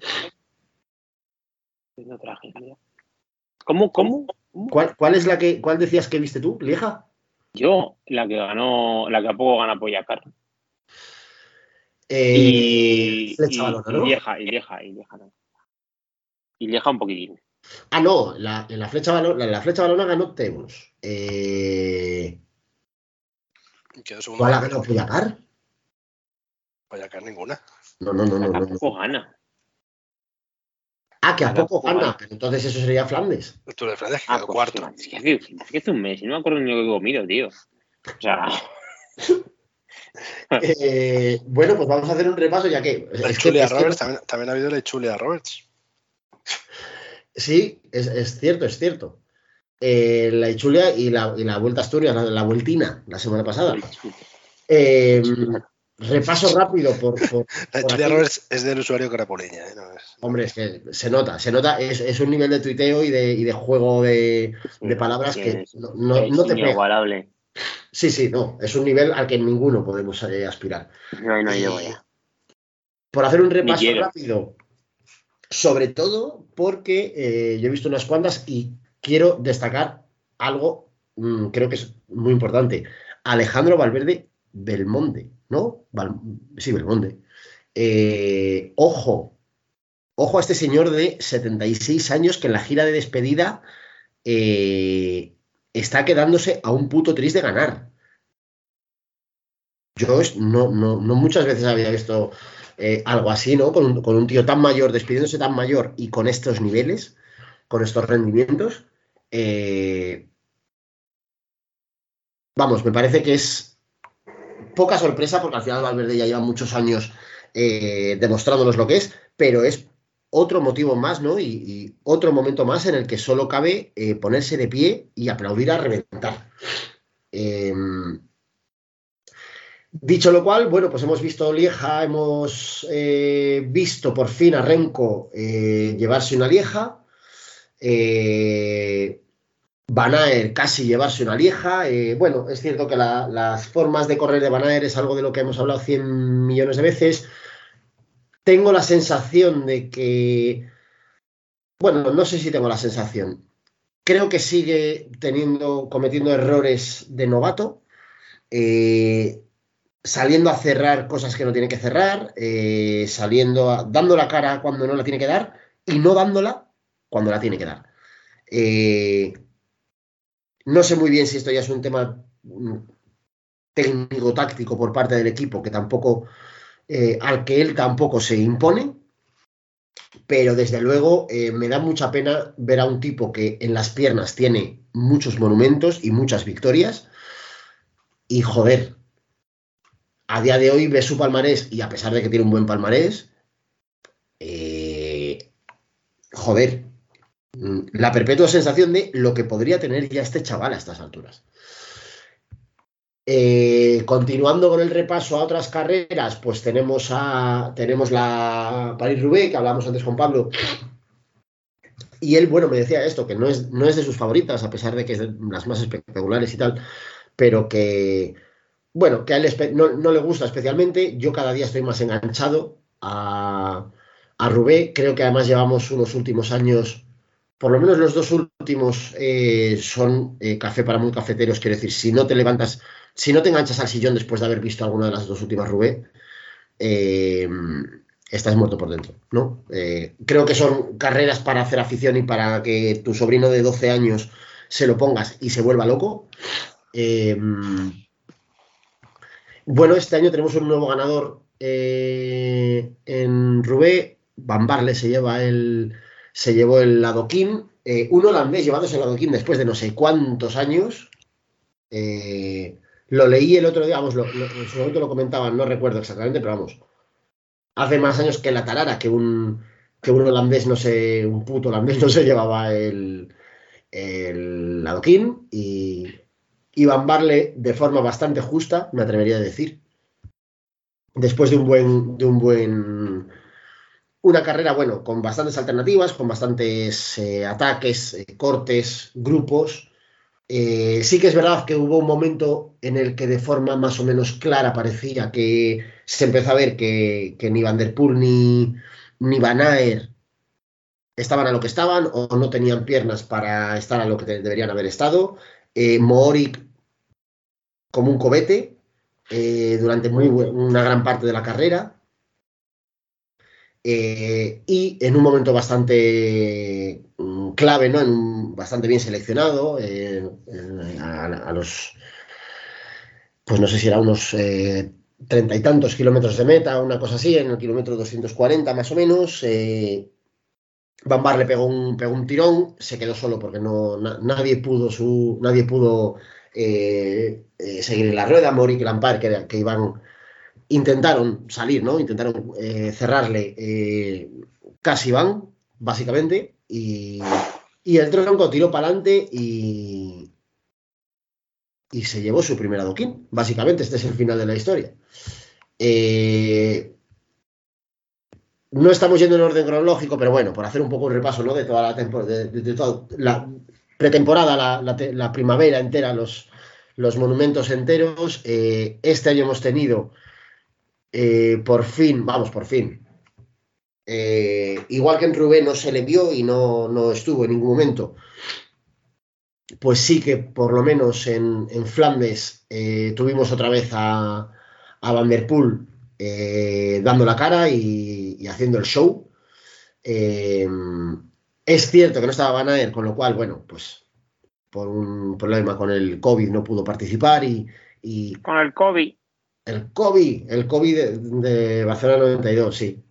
No traje, ¿Cómo? ¿Cuál decías que viste tú, Lieja? Yo, la que a poco gana Pogačar. Flecha Valona, ¿no? Y Lieja un poquitín. Ah, no, en la Flecha Valona ganó Teuns. ¿Cuál ha ganado Pogačar? Pogačar ninguna. No. A poco gana. Ah, que a poco gana. Pero entonces eso sería Flandes. El Tour de Flandes quedó cuarto. Es que hace un mes y no me acuerdo ni lo que he comido, tío. O sea... bueno, pues vamos a hacer un repaso ya que... Roberts, también ha habido la Chulia Roberts. Sí, es cierto. La Ichulia y la Vuelta a Asturias, la Vueltina, la semana pasada. Repaso rápido por la Ichulia Roberts es del usuario Carapoleña. No es... Hombre, es que se nota. Es un nivel de tuiteo y de juego de palabras que no te pega. Inigualable. Sí, no, es un nivel al que ninguno podemos aspirar. No llego ya. Por hacer un repaso rápido, sobre todo porque yo he visto unas cuantas y quiero destacar algo, creo que es muy importante. Alejandro Valverde Belmonte, ¿no? Sí, Belmonte. Ojo a este señor de 76 años que en la gira de despedida está quedándose a un puto tris de ganar. Yo no muchas veces había visto algo así, ¿no? Con un tío tan mayor, despidiéndose tan mayor y con estos niveles, con estos rendimientos. Vamos, me parece que es poca sorpresa porque al final Valverde ya lleva muchos años demostrándonos lo que es, pero es otro motivo más, ¿no? Y otro momento más en el que solo cabe ponerse de pie y aplaudir a reventar. Dicho lo cual, bueno, pues hemos visto Lieja, hemos visto por fin a Remco llevarse una Lieja, Van Aert casi llevarse una Lieja. Bueno, es cierto que las formas de correr de Van Aert es algo de lo que hemos hablado 100 millones de veces. Tengo la sensación de que... Bueno, no sé si tengo la sensación. Creo que sigue cometiendo errores de novato. Saliendo a cerrar cosas que no tiene que cerrar, dando la cara cuando no la tiene que dar y no dándola cuando la tiene que dar. No sé muy bien si esto ya es un tema técnico-táctico por parte del equipo que tampoco, al que él tampoco se impone, pero desde luego me da mucha pena ver a un tipo que en las piernas tiene muchos monumentos y muchas victorias y joder, a día de hoy ve su palmarés y a pesar de que tiene un buen palmarés, joder, la perpetua sensación de lo que podría tener ya este chaval a estas alturas. Continuando con el repaso a otras carreras, pues tenemos la París-Roubaix, que hablamos antes con Pablo, Y él, bueno, me decía esto, que no es de sus favoritas, a pesar de que es de las más espectaculares y tal, pero que, bueno, que a él no le gusta especialmente. Yo cada día estoy más enganchado a Roubaix. Creo que además llevamos unos últimos años, por lo menos los 2 últimos son café para muy cafeteros. Quiero decir, si no te enganchas al sillón después de haber visto alguna de las 2 últimas Roubaix, estás muerto por dentro, ¿no? Creo que son carreras para hacer afición y para que tu sobrino de 12 años se lo pongas y se vuelva loco. Bueno, este año tenemos un nuevo ganador en Roubaix. Van Baarle se llevó el adoquín. Un holandés llevándose el adoquín después de no sé cuántos años. Lo leí el otro día, vamos, en su momento lo comentaban, no recuerdo exactamente, pero vamos. Hace más años que la tarara que un holandés, un puto holandés no se llevaba el adoquín, y Van Baarle de forma bastante justa, me atrevería a decir, después de una carrera, bueno, con bastantes alternativas, con bastantes ataques, cortes, grupos. Sí que es verdad que hubo un momento en el que de forma más o menos clara parecía que se empezó a ver que ni Van der Poel ni Van Aert estaban a lo que estaban, o no tenían piernas para estar a lo que deberían haber estado. Mohoric como un cohete durante una gran parte de la carrera. Y en un momento bastante clave, ¿no? Bastante bien seleccionado, a los, pues no sé si era unos 30 y tantos kilómetros de meta, una cosa así, en el kilómetro 240 más o menos. Van Baarle pegó un tirón, se quedó solo porque nadie pudo seguir en la rueda. Mohoric y Lampaert, que intentaron salir, ¿no? Intentaron cerrarle, casi van, básicamente, y el tronco tiró para adelante y se llevó su primer adoquín. Básicamente, este es el final de la historia. No estamos yendo en orden cronológico, pero bueno, por hacer un poco un repaso, ¿no? De toda la temporada, de toda la pretemporada, la primavera entera, los monumentos enteros. Este año hemos tenido por fin, igual que en Roubaix no se le vio y no estuvo en ningún momento, pues sí que por lo menos en Flandes tuvimos otra vez a Van der Poel dando la cara y haciendo el show. Es cierto que no estaba Van Aert, con lo cual, bueno, pues por un problema con el COVID no pudo participar y con el COVID. El COVID de Barcelona 92, sí.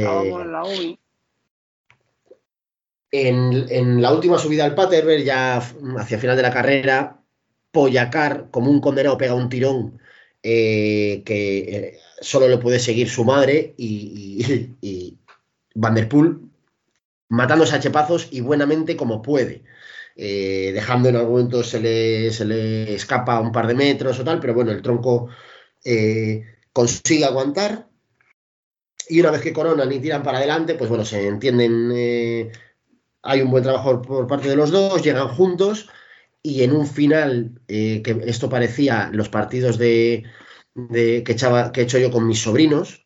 En la última subida al Paterberg, ya hacia el final de la carrera, Pogačar, como un condenado, pega un tirón que solo lo puede seguir su madre, y Van der Poel matándose a chepazos y buenamente como puede. Dejando en algún momento se le escapa un par de metros o tal, pero bueno, el tronco consigue aguantar, y una vez que coronan y tiran para adelante, pues bueno, se entienden, hay un buen trabajo por parte de los dos, llegan juntos, y en un final, que esto parecía los partidos que he hecho yo con mis sobrinos,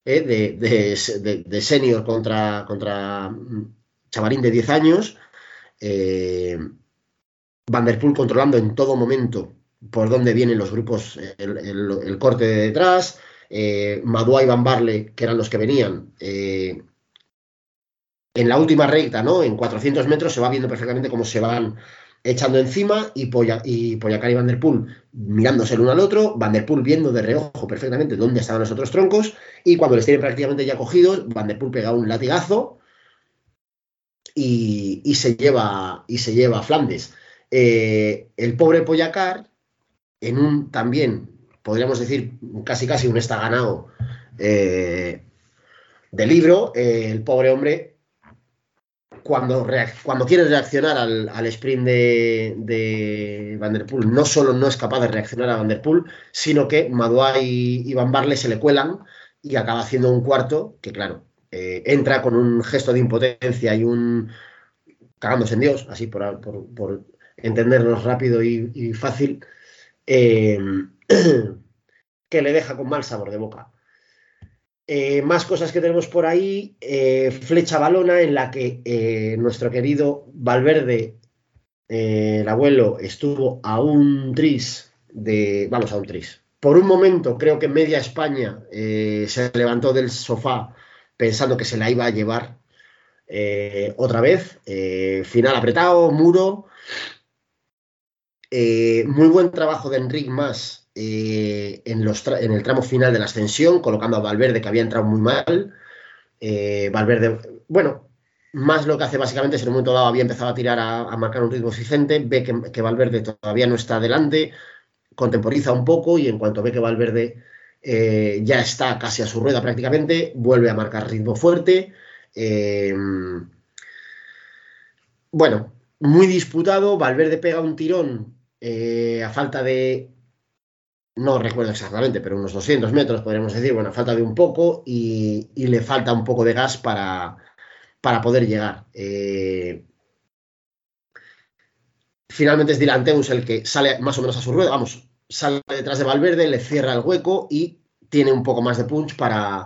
de senior contra chavalín de 10 años, Van der Poel controlando en todo momento por dónde vienen los grupos, el corte de detrás. Madouas y Van Baarle, que eran los que venían, en la última recta, ¿no? En 400 metros se va viendo perfectamente cómo se van echando encima, y Pogačar y Van der Poel mirándose el uno al otro, Van der Poel viendo de reojo perfectamente dónde estaban los otros troncos, y cuando les tienen prácticamente ya cogidos, Van der Poel pega un latigazo y se lleva a Flandes. El pobre Pogačar, también podríamos decir casi un está ganado de libro, el pobre hombre, cuando quiere reaccionar al sprint de Van der Poel, no solo no es capaz de reaccionar a Van der Poel, sino que Madouas y Van Baarle se le cuelan y acaba haciendo un cuarto que, claro, entra con un gesto de impotencia y cagándose en Dios, así por entendernos rápido y fácil, que le deja con mal sabor de boca. Más cosas que tenemos por ahí, Flecha Valona, en la que nuestro querido Valverde, el abuelo, estuvo a un tris vamos, a un tris. Por un momento, creo que media España se levantó del sofá pensando que se la iba a llevar otra vez. Final apretado, muro. Muy buen trabajo de Enric Mas en el tramo final de la ascensión, colocando a Valverde, que había entrado muy mal. Valverde, bueno, Mas lo que hace básicamente es en un momento dado había empezado a tirar a marcar un ritmo exigente, ve que Valverde todavía no está adelante, contemporiza un poco y en cuanto ve que Valverde ya está casi a su rueda prácticamente, vuelve a marcar ritmo fuerte. Bueno, muy disputado. Valverde pega un tirón a falta de, no recuerdo exactamente, pero unos 200 metros, podríamos decir, bueno, a falta de un poco y le falta un poco de gas para poder llegar. Finalmente es Dylan Teuns el que sale más o menos a su rueda, vamos, sale detrás de Valverde, le cierra el hueco y tiene un poco más de punch para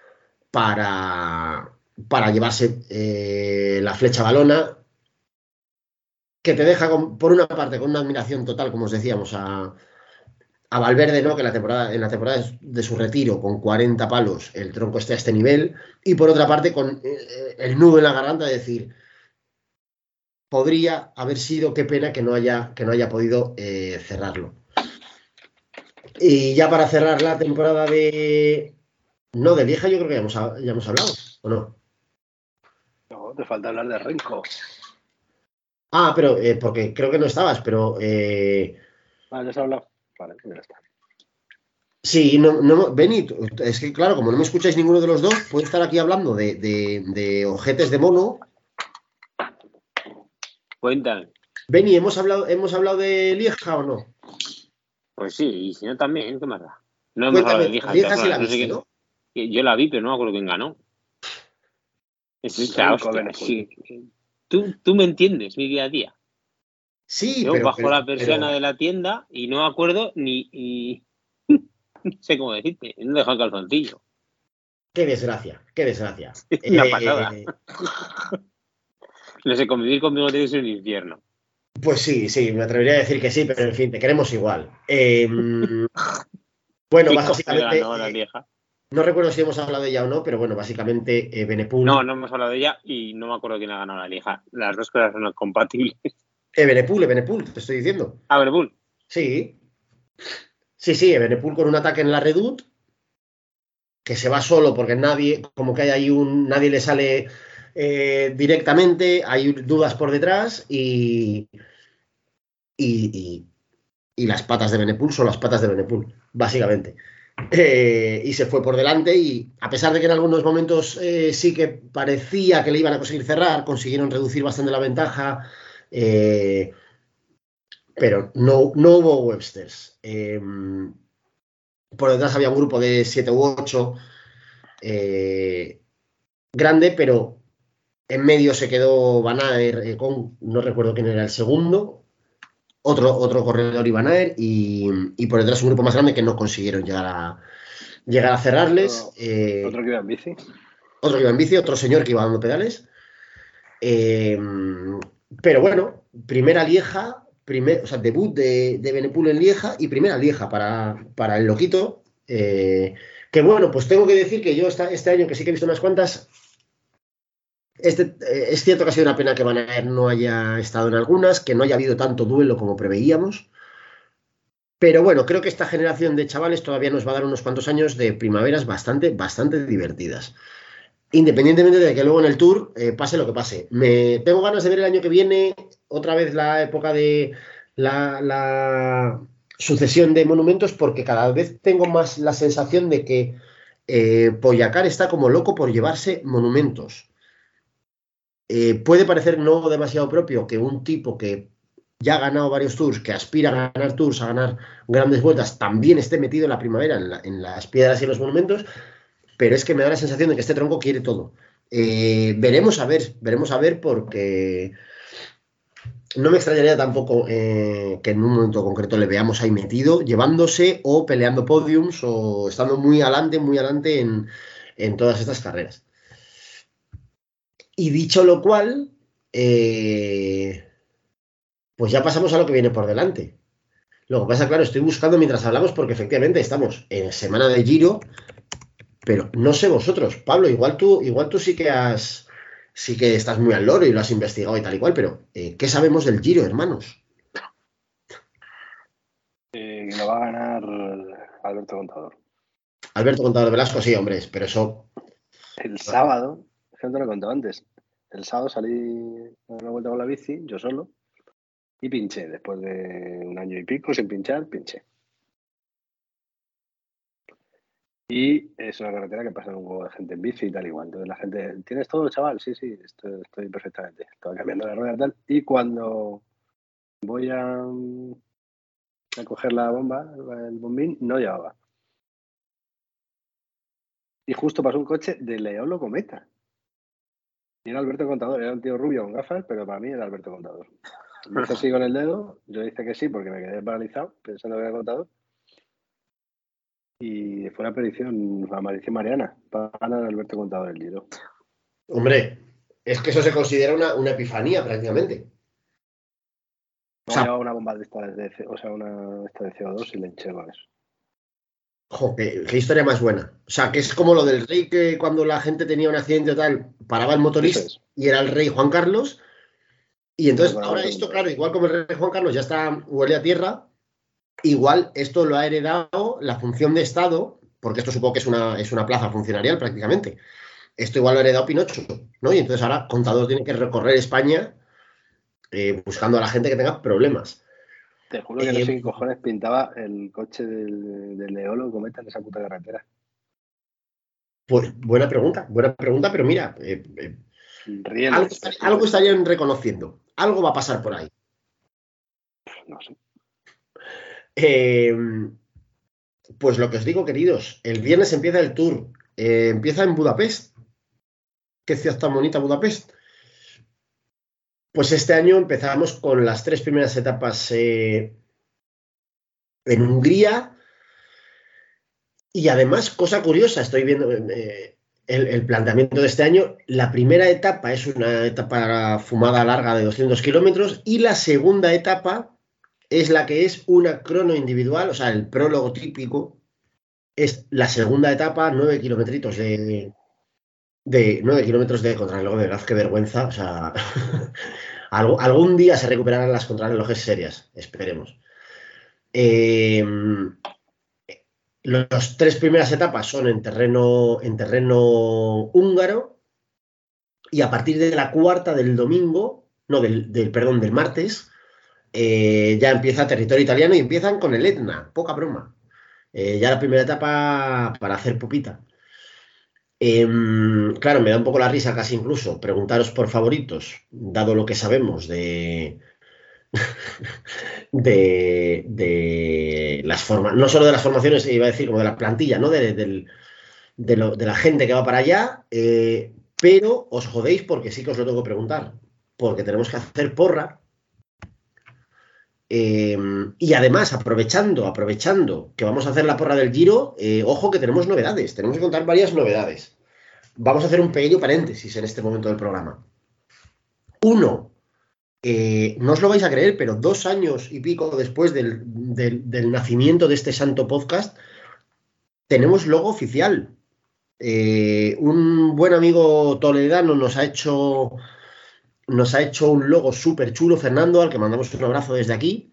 llevarse la Flecha Valona, que te deja por una parte con una admiración total, como os decíamos, a Valverde, ¿no? Que en la temporada de su retiro, con 40 palos, el tronco esté a este nivel, y por otra parte con el nudo en la garganta de decir, podría haber sido, qué pena que no haya podido cerrarlo. Y ya para cerrar la temporada de Lieja, yo creo que ya hemos hablado, ¿o no? No, te falta hablar de Renko. Ah, pero porque creo que no estabas, pero... ya se ha hablado. Vale, ya está. Sí, Beni, es que claro, como no me escucháis ninguno de los dos, puedo estar aquí hablando de ojetes de mono. Cuéntame. Beni, ¿hemos hablado de Lieja o no? Pues sí, y si no también, ¿qué más da? No hemos hablado de Lieja. Lieja sí la viste, ¿no? Yo la vi, pero no me acuerdo quién ganó. Sí. Tú me entiendes, mi día a día. Sí, yo bajo la persiana de la tienda y no me acuerdo ni no sé cómo decirte, no he dejado el calzoncillo. Qué desgracia. Una pasada. No sé, convivir conmigo tiene que ser un infierno. Pues sí, me atrevería a decir que sí, pero en fin, te queremos igual. Bueno, básicamente... No recuerdo si hemos hablado de ella o no, pero bueno, básicamente Benepul... No hemos hablado de ella y no me acuerdo quién ha ganado la Lieja. Las dos cosas son compatibles. Benepul, te estoy diciendo. Ah, Benepul. Sí, Benepul con un ataque en la Redoute, que se va solo porque nadie le sale directamente, hay dudas por detrás y las patas de Benepul son las patas de Benepul, básicamente. Y se fue por delante y a pesar de que en algunos momentos sí que parecía que le iban a conseguir cerrar, consiguieron reducir bastante la ventaja, pero no hubo Websters. Por detrás había un grupo de 7 u 8 grande, pero en medio se quedó Van Aert no recuerdo quién era el segundo, otro corredor y Van Aert, y por detrás un grupo más grande que no consiguieron llegar a cerrarles. Otro que iba en bici. Otro que iba en bici, otro señor que iba dando pedales. Pero bueno, primera Lieja, debut de Benepul en Lieja y primera Lieja para el loquito. Que bueno, pues tengo que decir que yo este año, que sí que he visto unas cuantas, es cierto que ha sido una pena que Van Aert no haya estado en algunas, que no haya habido tanto duelo como preveíamos. Pero bueno, creo que esta generación de chavales todavía nos va a dar unos cuantos años de primaveras bastante divertidas. Independientemente de que luego en el Tour pase lo que pase. Tengo ganas de ver el año que viene otra vez la época de la sucesión de monumentos, porque cada vez tengo más la sensación de que Pogačar está como loco por llevarse monumentos. Puede parecer no demasiado propio que un tipo que ya ha ganado varios Tours, que aspira a ganar Tours, a ganar grandes vueltas, también esté metido en la primavera, en las piedras y los monumentos, pero es que me da la sensación de que este tronco quiere todo. Veremos a ver, porque no me extrañaría tampoco que en un momento concreto le veamos ahí metido, llevándose o peleando podiums o estando muy adelante en todas estas carreras. Y dicho lo cual, pues ya pasamos a lo que viene por delante. Lo que pasa, claro, estoy buscando mientras hablamos porque efectivamente estamos en semana de Giro, pero no sé vosotros. Pablo, igual tú sí que estás muy al loro y lo has investigado y tal y cual, pero ¿qué sabemos del Giro, hermanos? Lo va a ganar Alberto Contador. Alberto Contador Velasco, sí, hombre, pero eso... El sábado, no te lo he contado antes, el sábado salí a una vuelta con la bici, yo solo, y pinché. Después de un año y pico sin pinchar, pinché. Y es una carretera que pasa un huevo de gente en bici y tal igual. Entonces la gente, ¿tienes todo, chaval? Sí, estoy perfectamente. Estaba cambiando la rueda y tal. Y cuando voy a coger la bomba, el bombín, no llevaba. Y justo pasó un coche de Leolo Cometa. Y era Alberto Contador, era un tío rubio con gafas, pero para mí era Alberto Contador. Me hizo así con el dedo, yo dije que sí porque me quedé paralizado pensando que era Contador. Y fue la maldición mariana para ganar Alberto Contador el Giro. Hombre, es que eso se considera una epifanía prácticamente. No, llevaba una bomba de esta de CO2 y le hinché con eso. Jo, qué historia más buena. O sea, que es como lo del rey que cuando la gente tenía un accidente o tal, paraba el motorista y era el rey Juan Carlos. Y entonces ahora esto, claro, igual como el rey Juan Carlos ya huele a tierra, igual esto lo ha heredado la función de Estado, porque esto supongo que es una plaza funcionarial prácticamente. Esto igual lo ha heredado Pinocho, ¿no? Y entonces ahora Contador tiene que recorrer España buscando a la gente que tenga problemas. Te juro que no sé qué cojones pintaba el coche del Leolo Cometa en esa puta carretera. Pues buena pregunta, pero mira, algo estarían reconociendo, algo va a pasar por ahí. No sé. Pues lo que os digo, queridos, el viernes empieza el Tour, empieza en Budapest. ¿Qué ciudad tan bonita Budapest? Pues este año empezamos con las 3 primeras etapas en Hungría y además, cosa curiosa, estoy viendo el planteamiento de este año. La primera etapa es una etapa fumada larga de 200 kilómetros y la segunda etapa es la que es una crono individual, o sea, el prólogo típico es la segunda etapa, 9 kilometritos de 9 kilómetros de contrarreloj, de verdad, qué vergüenza, o sea... Algún día se recuperarán las contrarrelojes serias, esperemos. Las 3 primeras etapas son en terreno húngaro y a partir de la cuarta del domingo, no, del martes, ya empieza territorio italiano y empiezan con el Etna, poca broma. Ya la primera etapa para hacer pupita. Claro, me da un poco la risa casi incluso preguntaros por favoritos, dado lo que sabemos de las formas, no solo de las formaciones, iba a decir, como de la plantilla, ¿no? De la gente que va para allá, pero os jodéis porque sí que os lo tengo que preguntar, porque tenemos que hacer porra. Y además, aprovechando que vamos a hacer la porra del Giro, ojo que tenemos novedades, tenemos que contar varias novedades. Vamos a hacer un pequeño paréntesis en este momento del programa. Uno, no os lo vais a creer, pero 2 años y pico después del nacimiento de este santo podcast, tenemos logo oficial. Un buen amigo toledano nos ha hecho un logo súper chulo, Fernando, al que mandamos un abrazo desde aquí.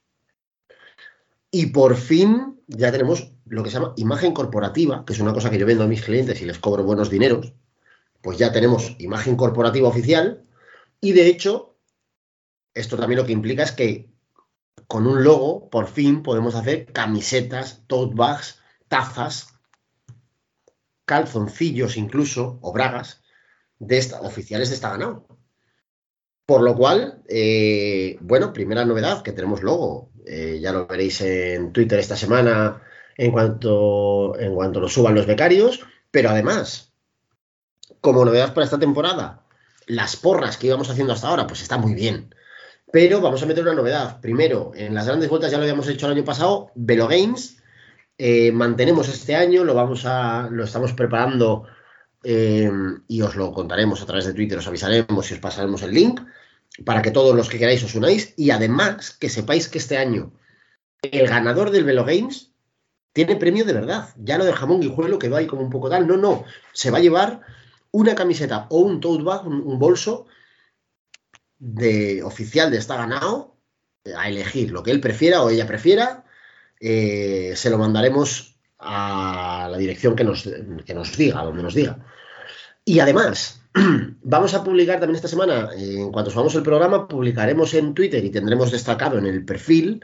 Y por fin ya tenemos lo que se llama imagen corporativa, que es una cosa que yo vendo a mis clientes y les cobro buenos dineros. Pues ya tenemos imagen corporativa oficial. Y de hecho, esto también lo que implica es que con un logo, por fin, podemos hacer camisetas, tote bags, tazas, calzoncillos incluso, o bragas, oficiales de esta ganado. Por lo cual, bueno, primera novedad, que tenemos logo. Ya lo veréis en Twitter esta semana en cuanto lo suban los becarios. Pero además, como novedad para esta temporada, las porras que íbamos haciendo hasta ahora, pues está muy bien. Pero vamos a meter una novedad. Primero, en las grandes vueltas ya lo habíamos hecho el año pasado, Velo Games. Mantenemos este año, lo estamos preparando y os lo contaremos a través de Twitter, os avisaremos y os pasaremos el link para que todos los que queráis os unáis. Y además, que sepáis que este año el ganador del Velo Games tiene premio de verdad. Ya lo del jamón guijuelo quedó ahí como un poco tal. No. Se va a llevar una camiseta o un tote bag, un bolso oficial de Está Ganado, a elegir lo que él prefiera o ella prefiera. Se lo mandaremos a la dirección que nos diga, donde nos diga. Y además, vamos a publicar también esta semana, en cuanto subamos el programa, publicaremos en Twitter y tendremos destacado en el perfil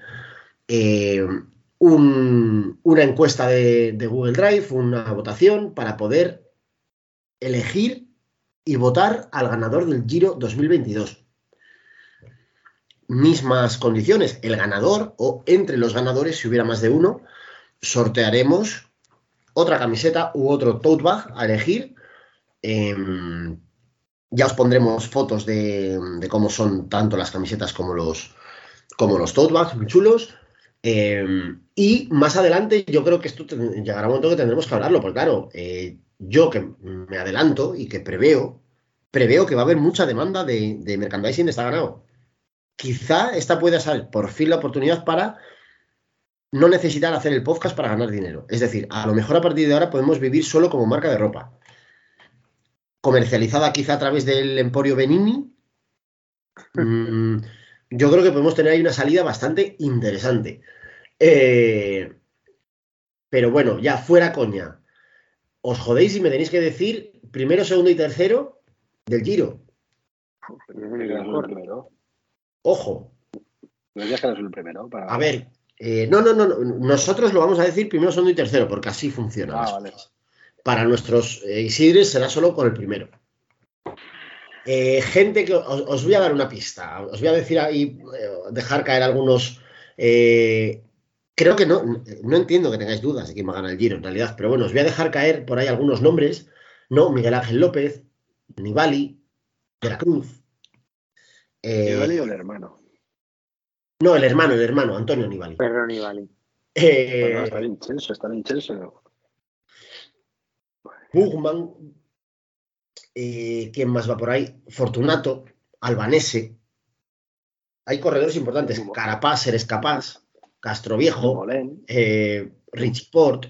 una encuesta de Google Drive, una votación para poder elegir y votar al ganador del Giro 2022. Mismas condiciones, el ganador o entre los ganadores, si hubiera más de uno, sortearemos otra camiseta u otro tote bag a elegir. Ya os pondremos fotos de cómo son tanto las camisetas como los tote bags, muy chulos. Y más adelante yo creo que esto llegará un momento que tendremos que hablarlo, porque claro, yo que me adelanto y que preveo que va a haber mucha demanda de merchandising de Está Ganado. Quizá esta pueda ser por fin la oportunidad para no necesitar hacer el podcast para ganar dinero. Es decir, a lo mejor a partir de ahora podemos vivir solo como marca de ropa. Comercializada quizá a través del Emporio Benini. Yo creo que podemos tener ahí una salida bastante interesante. Pero bueno, ya fuera coña. Os jodéis y me tenéis que decir primero, segundo y tercero del Giro. Ojo. No es que no es el primero. A ver, no. Nosotros lo vamos a decir primero, segundo y tercero, porque así funciona. Vale. Para nuestros Isidres será solo con el primero. Gente que os voy a dar una pista. Os voy a decir ahí, dejar caer algunos. Creo que no entiendo que tengáis dudas de quién va a ganar el Giro en realidad, pero bueno, os voy a dejar caer por ahí algunos nombres. No, Miguel Ángel López, Nibali, de la Cruz. ¿Nibali o el hermano? No, el hermano, Antonio Nibali. Perro Nibali. Bueno, está en Chelsea, ¿no? Bugman. ¿Quién más va por ahí? Fortunato, Albanese. Hay corredores importantes. Carapaz, Seres Capaz, Castroviejo, Richie Port,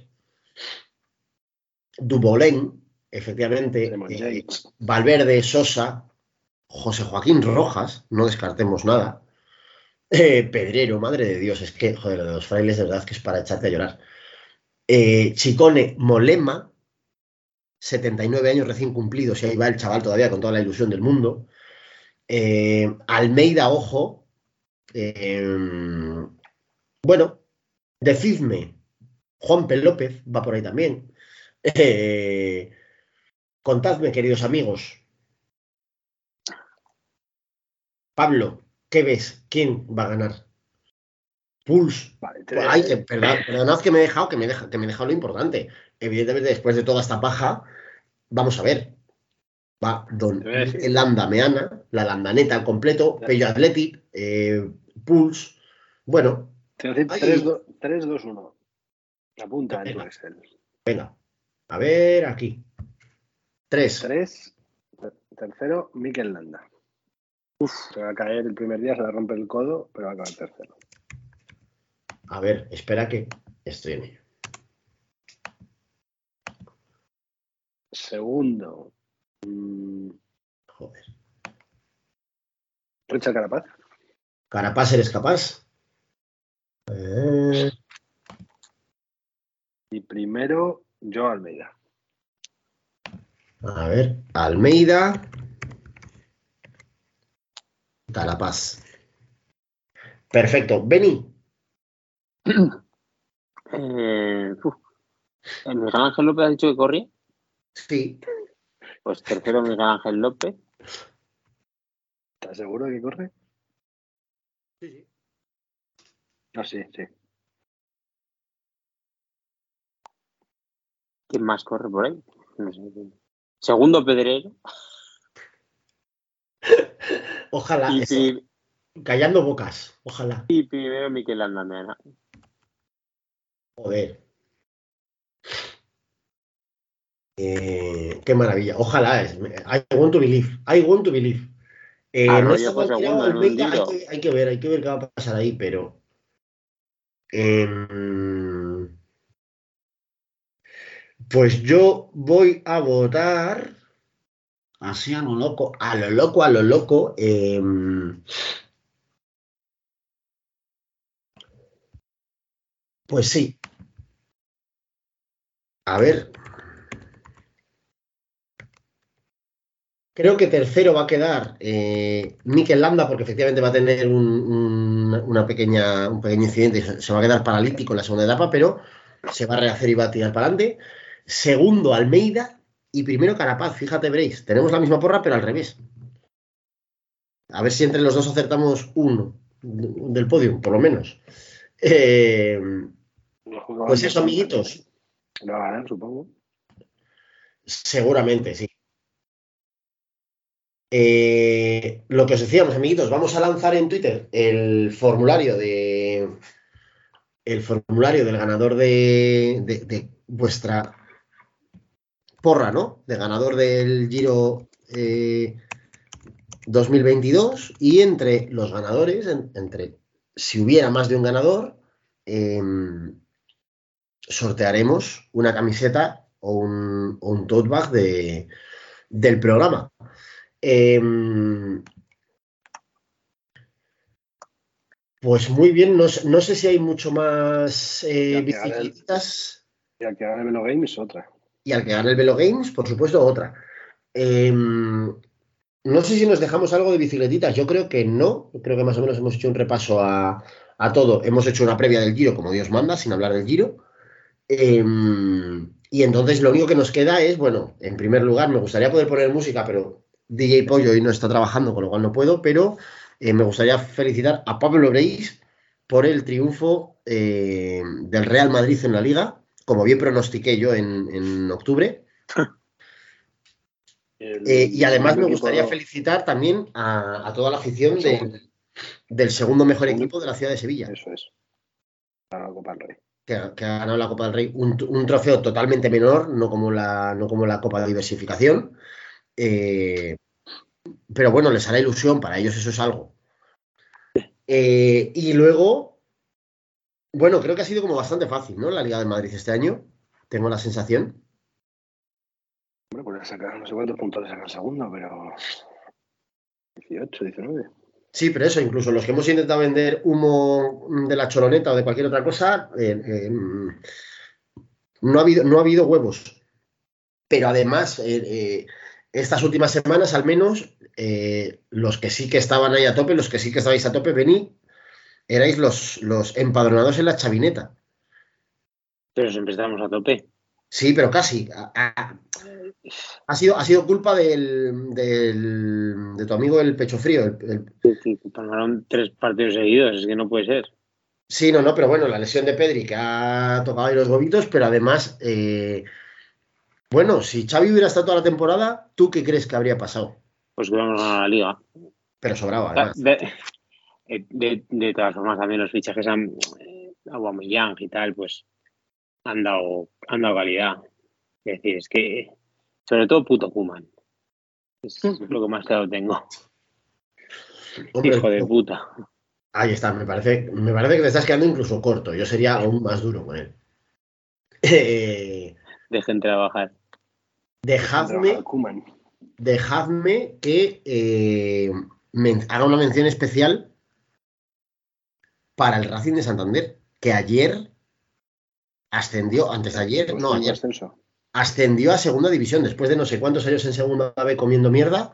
Dumoulin, efectivamente, Valverde, Sosa, José Joaquín Rojas, no descartemos nada. Pedrero, madre de Dios, es que, joder, lo de los frailes de verdad que es para echarte a llorar. Chicone, Molema, 79 años recién cumplidos, y ahí va el chaval todavía con toda la ilusión del mundo. Almeida, ojo. Bueno, decidme, Juanpe López va por ahí también. Contadme, queridos amigos. Pablo, ¿qué ves? ¿Quién va a ganar? Pulse. Vale, perdonad que me he dejado lo importante. Evidentemente, después de toda esta paja, vamos a ver. Va Don Landa Meana, la Landaneta al completo, Pello Athletic, Pulse. Bueno. 3-2-1. Apunta en tu Excel. Venga. A ver, aquí. 3. Tercero, Mikel Landa. Se va a caer el primer día, se va a romper el codo, pero va a acabar tercero. A ver, espera que estoy en ello. Segundo. Joder. Richard Carapaz. Carapaz, ¿eres capaz? Y primero, Joao Almeida. A ver, Almeida. Carapaz. Perfecto. Beni. ¿Miguel Ángel López ha dicho que corría? Sí. Pues tercero, Miguel Ángel López. ¿Estás seguro de que corre? Sí. Ah, sí. ¿Quién más corre por ahí? No sé. Segundo, Pedrero. Ojalá. Callando bocas, ojalá. Y primero Mikel Landa. Joder. Qué maravilla. Ojalá. I want to believe. I want to believe. No Arroyo está fue mal tirado segundo en un Almeida. Giro. Hay que ver qué va a pasar ahí, pero. Pues yo voy a votar. Así a lo loco. A lo loco, a lo loco. Pues sí. A ver. Creo que tercero va a quedar Mikel Landa, porque efectivamente va a tener un pequeño incidente y se va a quedar paralítico en la segunda etapa, pero se va a rehacer y va a tirar para adelante. Segundo, Almeida. Y primero, Carapaz. Fíjate, veréis. Tenemos la misma porra, pero al revés. A ver si entre los dos acertamos uno del podio, por lo menos. Pues eso, amiguitos. Lo va a ganar, supongo. Seguramente, sí. Lo que os decíamos, amiguitos, vamos a lanzar en Twitter el formulario del ganador de vuestra porra, ¿no? De ganador del Giro 2022, y entre los ganadores, si hubiera más de un ganador, sortearemos una camiseta o un tote bag del programa. Pues muy bien, no sé si hay mucho más bicicletas. Y al que gane el Velo Games, otra. Y al que gane el Velo Games, por supuesto, otra. No sé si nos dejamos algo de bicicletitas, yo creo que no. Creo que más o menos hemos hecho un repaso a todo. Hemos hecho una previa del Giro, como Dios manda, sin hablar del Giro. Y entonces lo único que nos queda es, bueno, en primer lugar, me gustaría poder poner música, pero DJ Pollo hoy no está trabajando, con lo cual no puedo, pero me gustaría felicitar a Pablo Breis por el triunfo del Real Madrid en la Liga, como bien pronostiqué yo en octubre. Y además me gustaría felicitar también a toda la afición del segundo mejor equipo de la ciudad de Sevilla. Eso es. Para la Copa del Rey. Que ha ganado la Copa del Rey, un trofeo totalmente menor, no como la Copa de Diversificación. Pero bueno, les hará ilusión, para ellos eso es algo. Y luego, bueno, creo que ha sido como bastante fácil, ¿no? La Liga de Madrid este año, tengo la sensación. Hombre, pues sacar no sé cuántos puntos le saca el segundo, pero 18, 19. Sí, pero eso, incluso los que hemos intentado vender humo de la Choloneta o de cualquier otra cosa, no ha habido huevos. Pero además, estas últimas semanas, al menos, los que sí que estaban ahí a tope, los que sí que estabais a tope, erais los empadronados en la chavineta. Pero siempre estamos a tope. Sí, pero casi. Ha sido culpa de tu amigo el pecho frío. Sí, tomaron 3 partidos seguidos, es que no puede ser. Sí, no, pero bueno, la lesión de Pedri, que ha tocado ahí los gobitos, pero además, bueno, si Xavi hubiera estado toda la temporada, ¿tú qué crees que habría pasado? Pues que vamos a ganar la Liga. Pero sobraba, además. De todas formas, también los fichajes Aubameyang y tal, pues han dado calidad. Es decir, es que sobre todo puto Koeman. Es lo que más claro tengo. Hombre, hijo de puta. Ahí está, me parece que te estás quedando incluso corto. Yo sería aún más duro con él. Dejen trabajar. Dejadme que haga una mención especial para el Racing de Santander, que ayer ascendió, ascendió a segunda división, después de no sé cuántos años en segunda B comiendo mierda.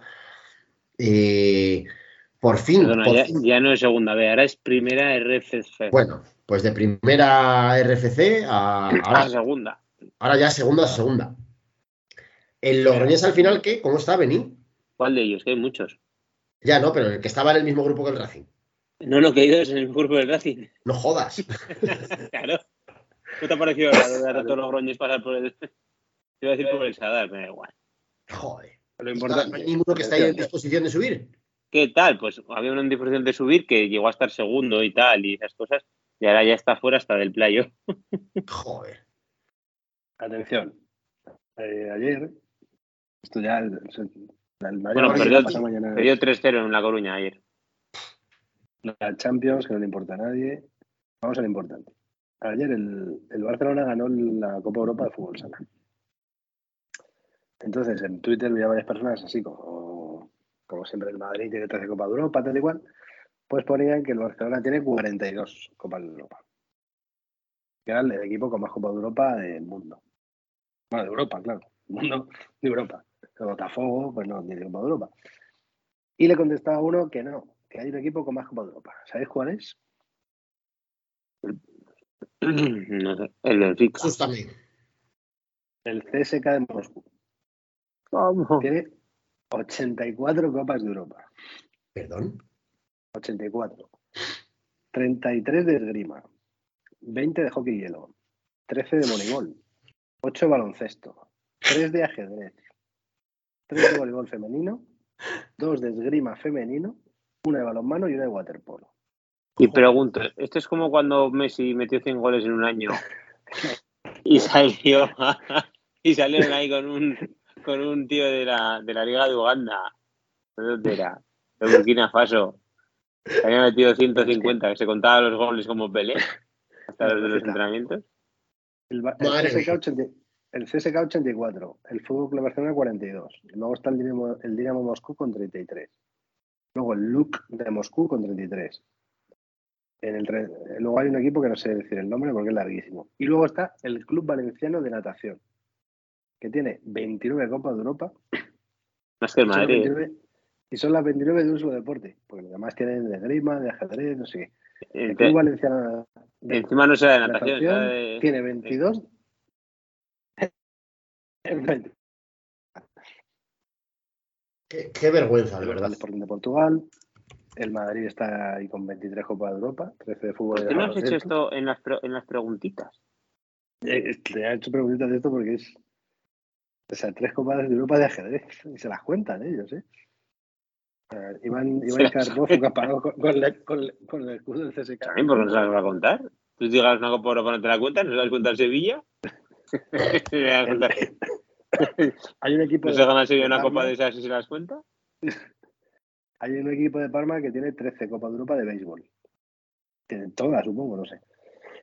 Por fin. Perdona, ya no es segunda B, ahora es primera RFC. Bueno, pues de primera RFC a segunda. Ahora ya segunda. El Logroñés al final, ¿qué? ¿Cómo está, Bení? ¿Cuál de ellos? Que hay muchos. Ya, no, pero el que estaba en el mismo grupo que el Racing. No, que he ido es en el grupo del Racing. No jodas. Claro. ¿Qué te ha parecido a todos los Logroñés pasar por el... Te iba a decir por el Sadar, pero da igual. Joder. Lo importante... ¿No hay ninguno que está ahí en disposición de subir? ¿qué tal? Pues había una disposición de subir que llegó a estar segundo y tal, y esas cosas, y ahora ya está fuera hasta del playoff. Joder. Atención. Ayer, esto ya el Bueno, perdió 3-0 en La Coruña ayer. La Champions, que no le importa a nadie. Vamos a lo importante. Ayer el Barcelona ganó la Copa Europa de Fútbol Sala. Entonces, en Twitter vi a varias personas así como siempre el Madrid tiene 13 Copas de Europa, tal y cual, pues ponían que el Barcelona tiene 42 Copas de Europa. Que era el equipo con más Copas de Europa del mundo. Bueno, de Europa, claro. Mundo de Europa. El Botafogo, pues no tiene Copa de Europa. Y le contestaba uno que no, que hay un equipo con más Copa de Europa. ¿Sabéis cuál es? No sé, el Benfica. Justamente. El CSK de Moscú. ¿Cómo? Tiene 84 Copas de Europa. ¿Perdón? 84. 33 de esgrima. 20 de hockey hielo. 13 de voleibol. 8 de baloncesto. 3 de ajedrez. 3 de voleibol femenino. 2 de esgrima femenino. 1 de balonmano y 1 de waterpolo. Y pregunto, ¿esto es como cuando Messi metió 100 goles en un año y salieron ahí con un tío de la Liga de Uganda? ¿De dónde era? De Burkina Faso. Había metido 150, que se contaba los goles como Pelé, hasta los de los entrenamientos. El CSK 84, el Fútbol Club Barcelona 42. Luego está el Dinamo Moscú con 33. Luego el LUK de Moscú con 33. Luego hay un equipo que no sé decir el nombre porque es larguísimo. Y luego está el Club Valenciano de Natación, que tiene 29 Copas de Europa. Más que el Madrid. Y son las 29 de un solo deporte, porque los demás tienen de esgrima, de ajedrez, no sé qué. El Club Valenciano encima no sea de natación, tiene 22. Qué vergüenza, de verdad. El Sporting de Portugal. El Madrid está ahí con 23 Copas de Europa, 13 de fútbol. ¿Por qué no has hecho esto en las preguntitas? Te he hecho preguntitas de esto porque es... O sea, 3 Copas de Europa de ajedrez. Y se las cuentan ellos, ¿eh? Iván Carbozo Caparó con el escudo del CSK. ¿También por qué no se las va a contar? Tú digas una Copa de Europa no te la cuentas, ¿no se las cuenta en Sevilla? Hay un equipo ¿No se gana Sevilla una Copa de esas y se las cuenta? Hay un equipo de Parma que tiene 13 Copas de Europa de béisbol. Tienen todas, supongo, no sé.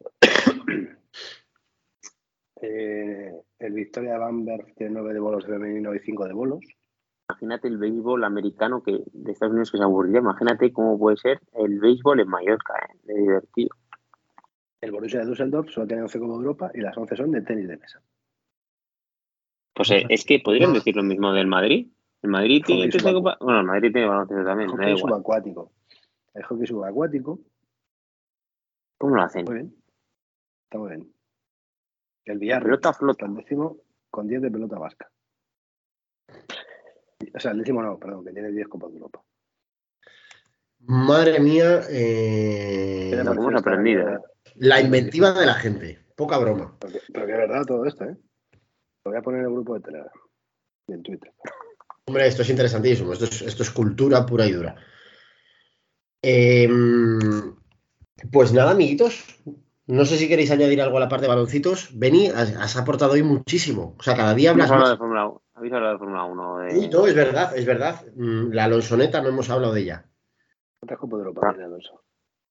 El Victoria de Bamberg tiene 9 de bolos de femenino y 5 de bolos. Imagínate el béisbol americano de Estados Unidos que se aburría. Imagínate cómo puede ser el béisbol en Mallorca, de divertido. El Borussia de Düsseldorf solo tiene 11 Copas de Europa y las 11 son de tenis de mesa. Pues es que podrían decir lo mismo del Madrid. El Madrid tiene 13 copas. Bueno, el Madrid tiene baloncesto también. El hockey subacuático. El hockey subacuático. ¿Cómo lo hacen? Muy bien. Está muy bien. El Villarreal. Pelota flota. El 10º con 10 de pelota vasca. O sea, el 10º no, perdón, que tiene 10 Copas de Europa. Madre mía. ¿Cómo hemos aprendido? La inventiva de la gente. Poca broma. Pero que es verdad todo esto, ¿eh? Lo voy a poner en el grupo de Telegram y en Twitter. Hombre, esto es interesantísimo. Esto es cultura pura y dura. Pues nada, amiguitos. No sé si queréis añadir algo a la parte de baloncitos. Beni, has aportado hoy muchísimo. O sea, cada día hablas más. Habéis hablado de Fórmula 1. Uy, no, es verdad. La Alonsoneta no hemos hablado de ella. ¿Cuántas Copas de Europa tiene Alonso?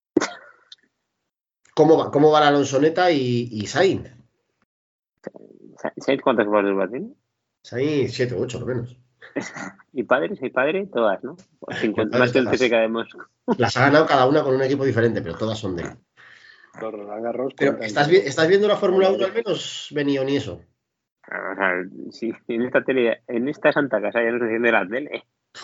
¿Cómo va la Alonsoneta y Sainz? ¿Sabéis cuántas Copas de Europa tiene? Sainz 7 o 8, lo menos. ¿Y padre? Todas, ¿no? 50 más que el CSK de Moscú. Las ha ganado cada una con un equipo diferente, pero todas son de él. Pero, ¿estás viendo la Fórmula 1 al menos, Beni, o ni eso? O sea, sí, en esta santa casa ya no se enciende la tele.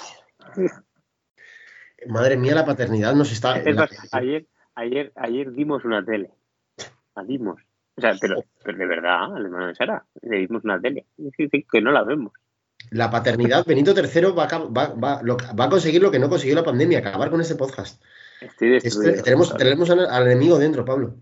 Madre mía, la paternidad nos está... Ayer dimos una tele. La dimos. O sea, pero de verdad, al hermano de Sara, le dimos una tele. Que no la vemos. La paternidad, Benito III va a conseguir lo que no consiguió la pandemia, acabar con este podcast. Estoy destruido. Tenemos al enemigo dentro, Pablo.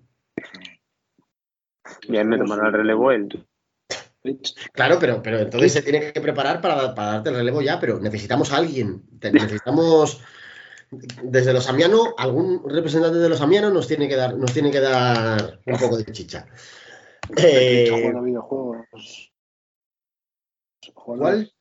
Ya me tomará el relevo él. Claro, pero entonces se tiene que preparar para darte el relevo ya, pero necesitamos a alguien. Necesitamos desde los Amiano, algún representante de los Amiano nos tiene que dar un poco de chicha. Jugando a videojuegos. ¿Cuál?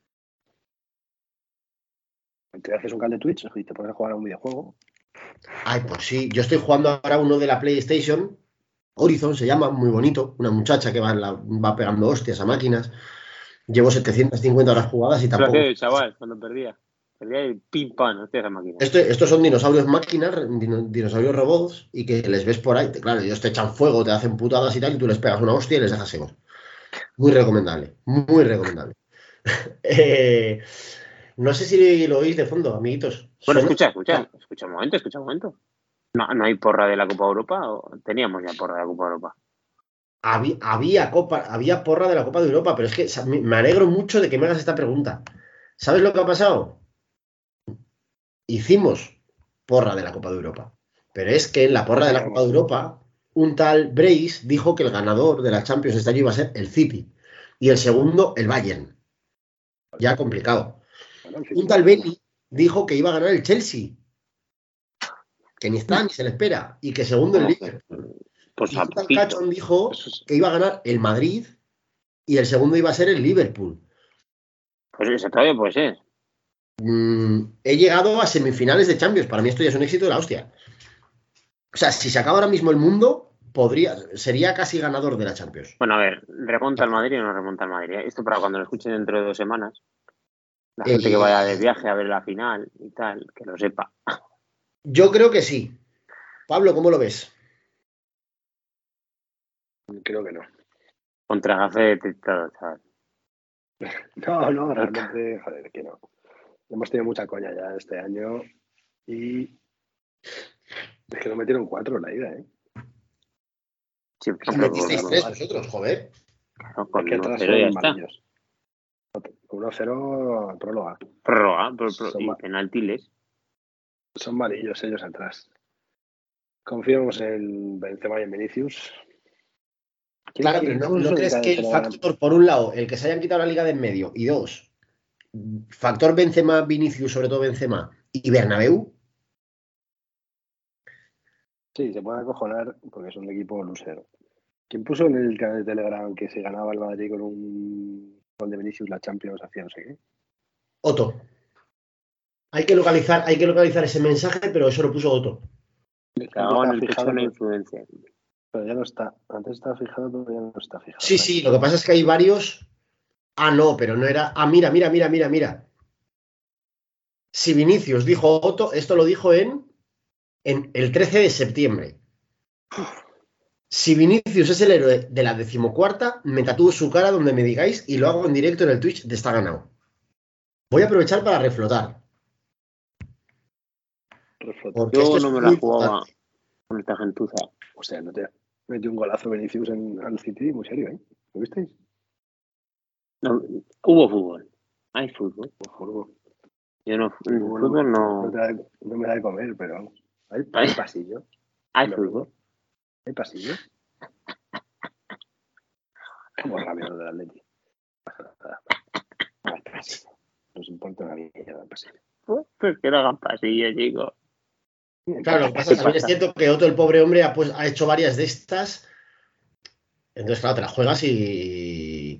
Te haces un canal de Twitch y te pones a jugar a un videojuego. Ay, pues sí, yo estoy jugando ahora uno de la PlayStation, Horizon se llama, muy bonito, una muchacha que va pegando hostias a máquinas. Llevo 750 horas jugadas y tampoco... Lo chaval, cuando perdía. Perdía el pim pam, hostias a máquinas. Estos son dinosaurios máquinas, dinosaurios robots, y que les ves por ahí. Claro, ellos te echan fuego, te hacen putadas y tal, y tú les pegas una hostia y les dejas secos. Muy recomendable, muy recomendable. No sé si lo oís de fondo, amiguitos. Bueno, escucha un momento. ¿No hay porra de la Copa Europa? ¿O teníamos ya porra de la Copa Europa? Había porra de la Copa de Europa, pero es que me alegro mucho de que me hagas esta pregunta. ¿Sabes lo que ha pasado? Hicimos porra de la Copa de Europa, pero es que en la porra de la Copa de Europa un tal Brace dijo que el ganador de la Champions este año iba a ser el City y el segundo el Bayern. Ya complicado. Un tal Benny dijo que iba a ganar el Chelsea, que ni está ni se le espera, y que segundo el Liverpool. Pues y un tal Cachón dijo que iba a ganar el Madrid y el segundo iba a ser el Liverpool. Pues eso todavía puede ser. He llegado a semifinales de Champions. Para mí esto ya es un éxito de la hostia. O sea, si se acaba ahora mismo el mundo, sería casi ganador de la Champions. Bueno, a ver, ¿remonta al Madrid o no remonta al Madrid? Esto para cuando lo escuchen dentro de 2 semanas. La gente que vaya de viaje a ver la final y tal, que lo sepa. Yo creo que sí. Pablo, ¿cómo lo ves? Creo que no. Contra Gafet y todo, ¿sabes? No, realmente, joder, que no. Hemos tenido mucha coña ya este año y es que nos metieron 4 en la ida, ¿eh? Sí, metisteis 3 vosotros, joder. Claro, con es que 1-0 ya está. 1-0 próloga. Y penaltiles. Son malillos ellos atrás. Confiamos en Benzema y en Vinicius. Claro, pero ¿no crees que el factor, por un lado, el que se hayan quitado la liga de en medio, y 2, factor Benzema, Vinicius, sobre todo Benzema, y Bernabéu? Sí, se pueden acojonar porque es un equipo loser. ¿Quién puso en el canal de Telegram que se ganaba el Madrid con un gol de Vinicius la Champions hacía no sé qué? Otto. Hay que localizar ese mensaje, pero eso lo puso Otto. Cagado en el pecho de la influencia. Pero ya no está. Antes estaba fijado, pero ya no está fijado. Sí, lo que pasa es que hay varios. Ah, no, pero no era. Ah, mira. Si Vinicius dijo Otto, esto lo dijo en el 13 de septiembre. Si Vinicius es el héroe de la 14ª, me tatúo su cara donde me digáis y lo hago en directo en el Twitch de Está Ganado. Voy a aprovechar para reflotar. Yo no me la jugaba con esta gentuza. O sea, no te metió un golazo Vinicius al City, muy serio, ¿eh? ¿Lo visteis? No, hubo fútbol. Hay fútbol. Yo no, fútbol no me da de comer, pero vamos. Hay pasillo. Hay fútbol. ¿Hay pasillo? Como rápido del Atleti. Hay pasillo. Nos importa una mierda el pasillo. Pues que no hagan pasillo, chicos. Claro, lo que pasa también es cierto que Otto, el pobre hombre, ha hecho varias de estas. Entonces, claro, te la juegas y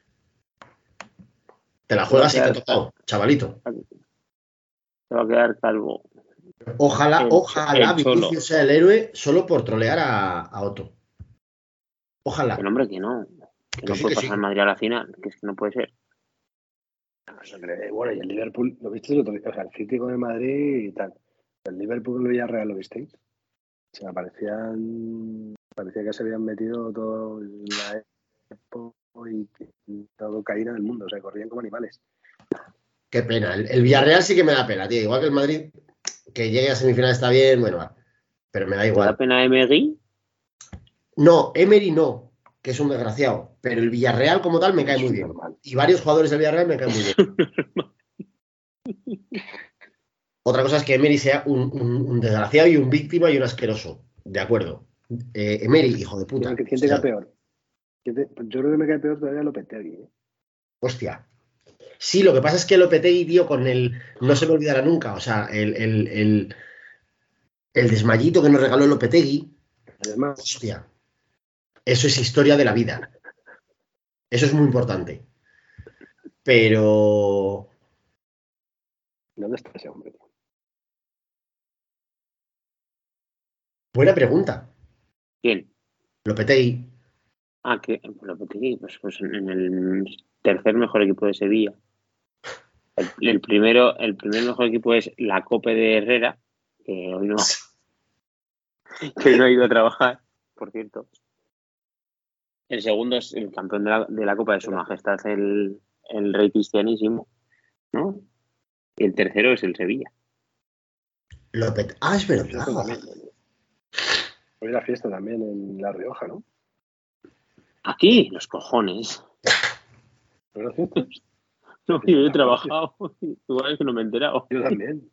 te ha tocado, chavalito. Te va a quedar calvo. Ojalá Vinicius sea el héroe solo por trolear a Otto. Ojalá. Pero hombre, que no. Que no puede pasar Madrid a la final. Que es que no puede ser. Bueno, y el Liverpool, ¿lo visteis? O sea, el City con el Madrid y tal. El Liverpool y el Villarreal, ¿lo visteis? O sea, parecía que se habían metido todo en la época y todo caída del mundo. O sea, corrían como animales. Qué pena. El Villarreal sí que me da pena, tío. Igual que el Madrid, que llegue a semifinal está bien, bueno, va. Pero me da igual. ¿Te da pena Emery? No, Emery no, que es un desgraciado. Pero el Villarreal como tal me cae muy bien. Y varios jugadores del Villarreal me caen muy bien. Otra cosa es que Emery sea un desgraciado y un víctima y un asqueroso. De acuerdo. Emery, hijo de puta. ¿Quién te cae peor? Yo creo que me cae peor todavía Lopetegui, ¿eh? Hostia. Sí, lo que pasa es que Lopetegui, tío, con el... No se me olvidará nunca, o sea, el desmayito que nos regaló Lopetegui, Además, hostia, eso es historia de la vida. Eso es muy importante. Pero... ¿dónde está ese hombre? Buena pregunta. ¿Quién? Lopetegui. Ah, que Lopetegui, pues en el tercer mejor equipo de Sevilla. El primer mejor equipo es la Cope de Herrera, que hoy no ha ido a trabajar, por cierto. El segundo es el campeón de la Copa de Su Majestad, el Rey Cristianísimo, ¿no? Y el tercero es el Sevilla. Es verdad. Hoy la fiesta también en La Rioja, ¿no? Aquí, los cojones. ¿No es cierto? No, yo he trabajado, igual es que no me he enterado. Yo también.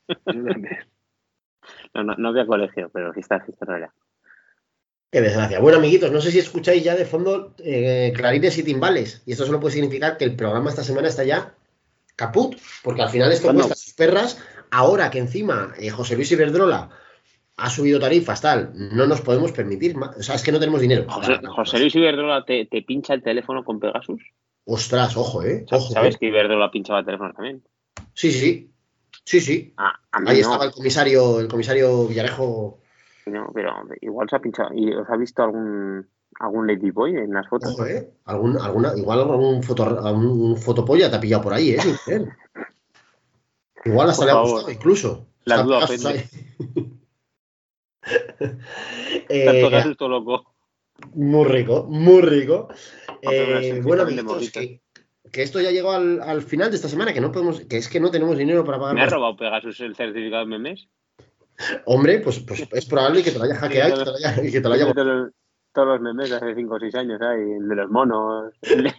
No voy a colegio, pero fiesta no era. Qué desgracia. Bueno, amiguitos, no sé si escucháis ya de fondo clarines y timbales. Y esto solo puede significar que el programa esta semana está ya caput, porque al final esto cuesta sus perras. Ahora que encima José Luis Iberdrola ha subido tarifas, tal, no nos podemos permitir más. O sea, es que no tenemos dinero. José Luis Iberdrola te pincha el teléfono con Pegasus. Ostras, ojo, ¿Sabes que Iberdrola pinchaba teléfonos también? Sí. Ahí estaba el comisario Villarejo. No, pero igual se ha pinchado. ¿Y os ha visto algún Ladyboy en las fotos? Ojo, igual algún fotopolla te ha pillado por ahí, sin querer. Igual hasta le ha gustado, incluso. La duda ofende. Tanto todo loco. Muy rico. Bueno, amigos, que esto ya llegó al final de esta semana, que no tenemos dinero para pagar. ¿Me ha robado Pegasus el certificado de memes? Hombre, pues es probable que te lo haya hackeado y que te lo haya... Todos los memes de hace 5 o 6 años, ¿sabes? El de los monos.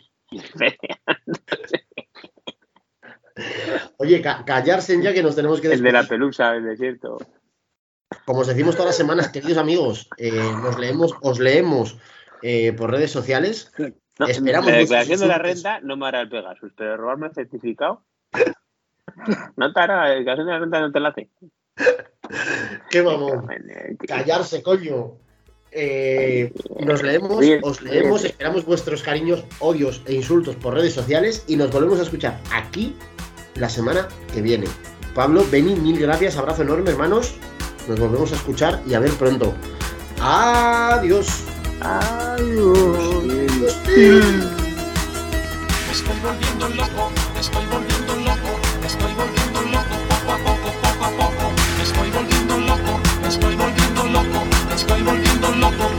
Oye, callarse ya que nos tenemos que despedir. El de la pelusa del desierto. Como os decimos todas las semanas, queridos amigos, os leemos por redes sociales. No, esperamos la declaración de la renta no me hará el Pegasus, pero robarme el certificado no te hará. La declaración de la renta no te la hace. Qué mamón. Callarse, coño. Os leemos, esperamos vuestros cariños, odios e insultos por redes sociales y nos volvemos a escuchar aquí la semana que viene. Pablo, Beni, mil gracias, abrazo enorme, hermanos. Nos volvemos a escuchar y a ver pronto. Adiós. Me estoy volviendo loco, me estoy volviendo loco, me estoy volviendo loco, poco a poco, poco a poco. Me estoy volviendo loco, me estoy volviendo loco, me estoy volviendo loco.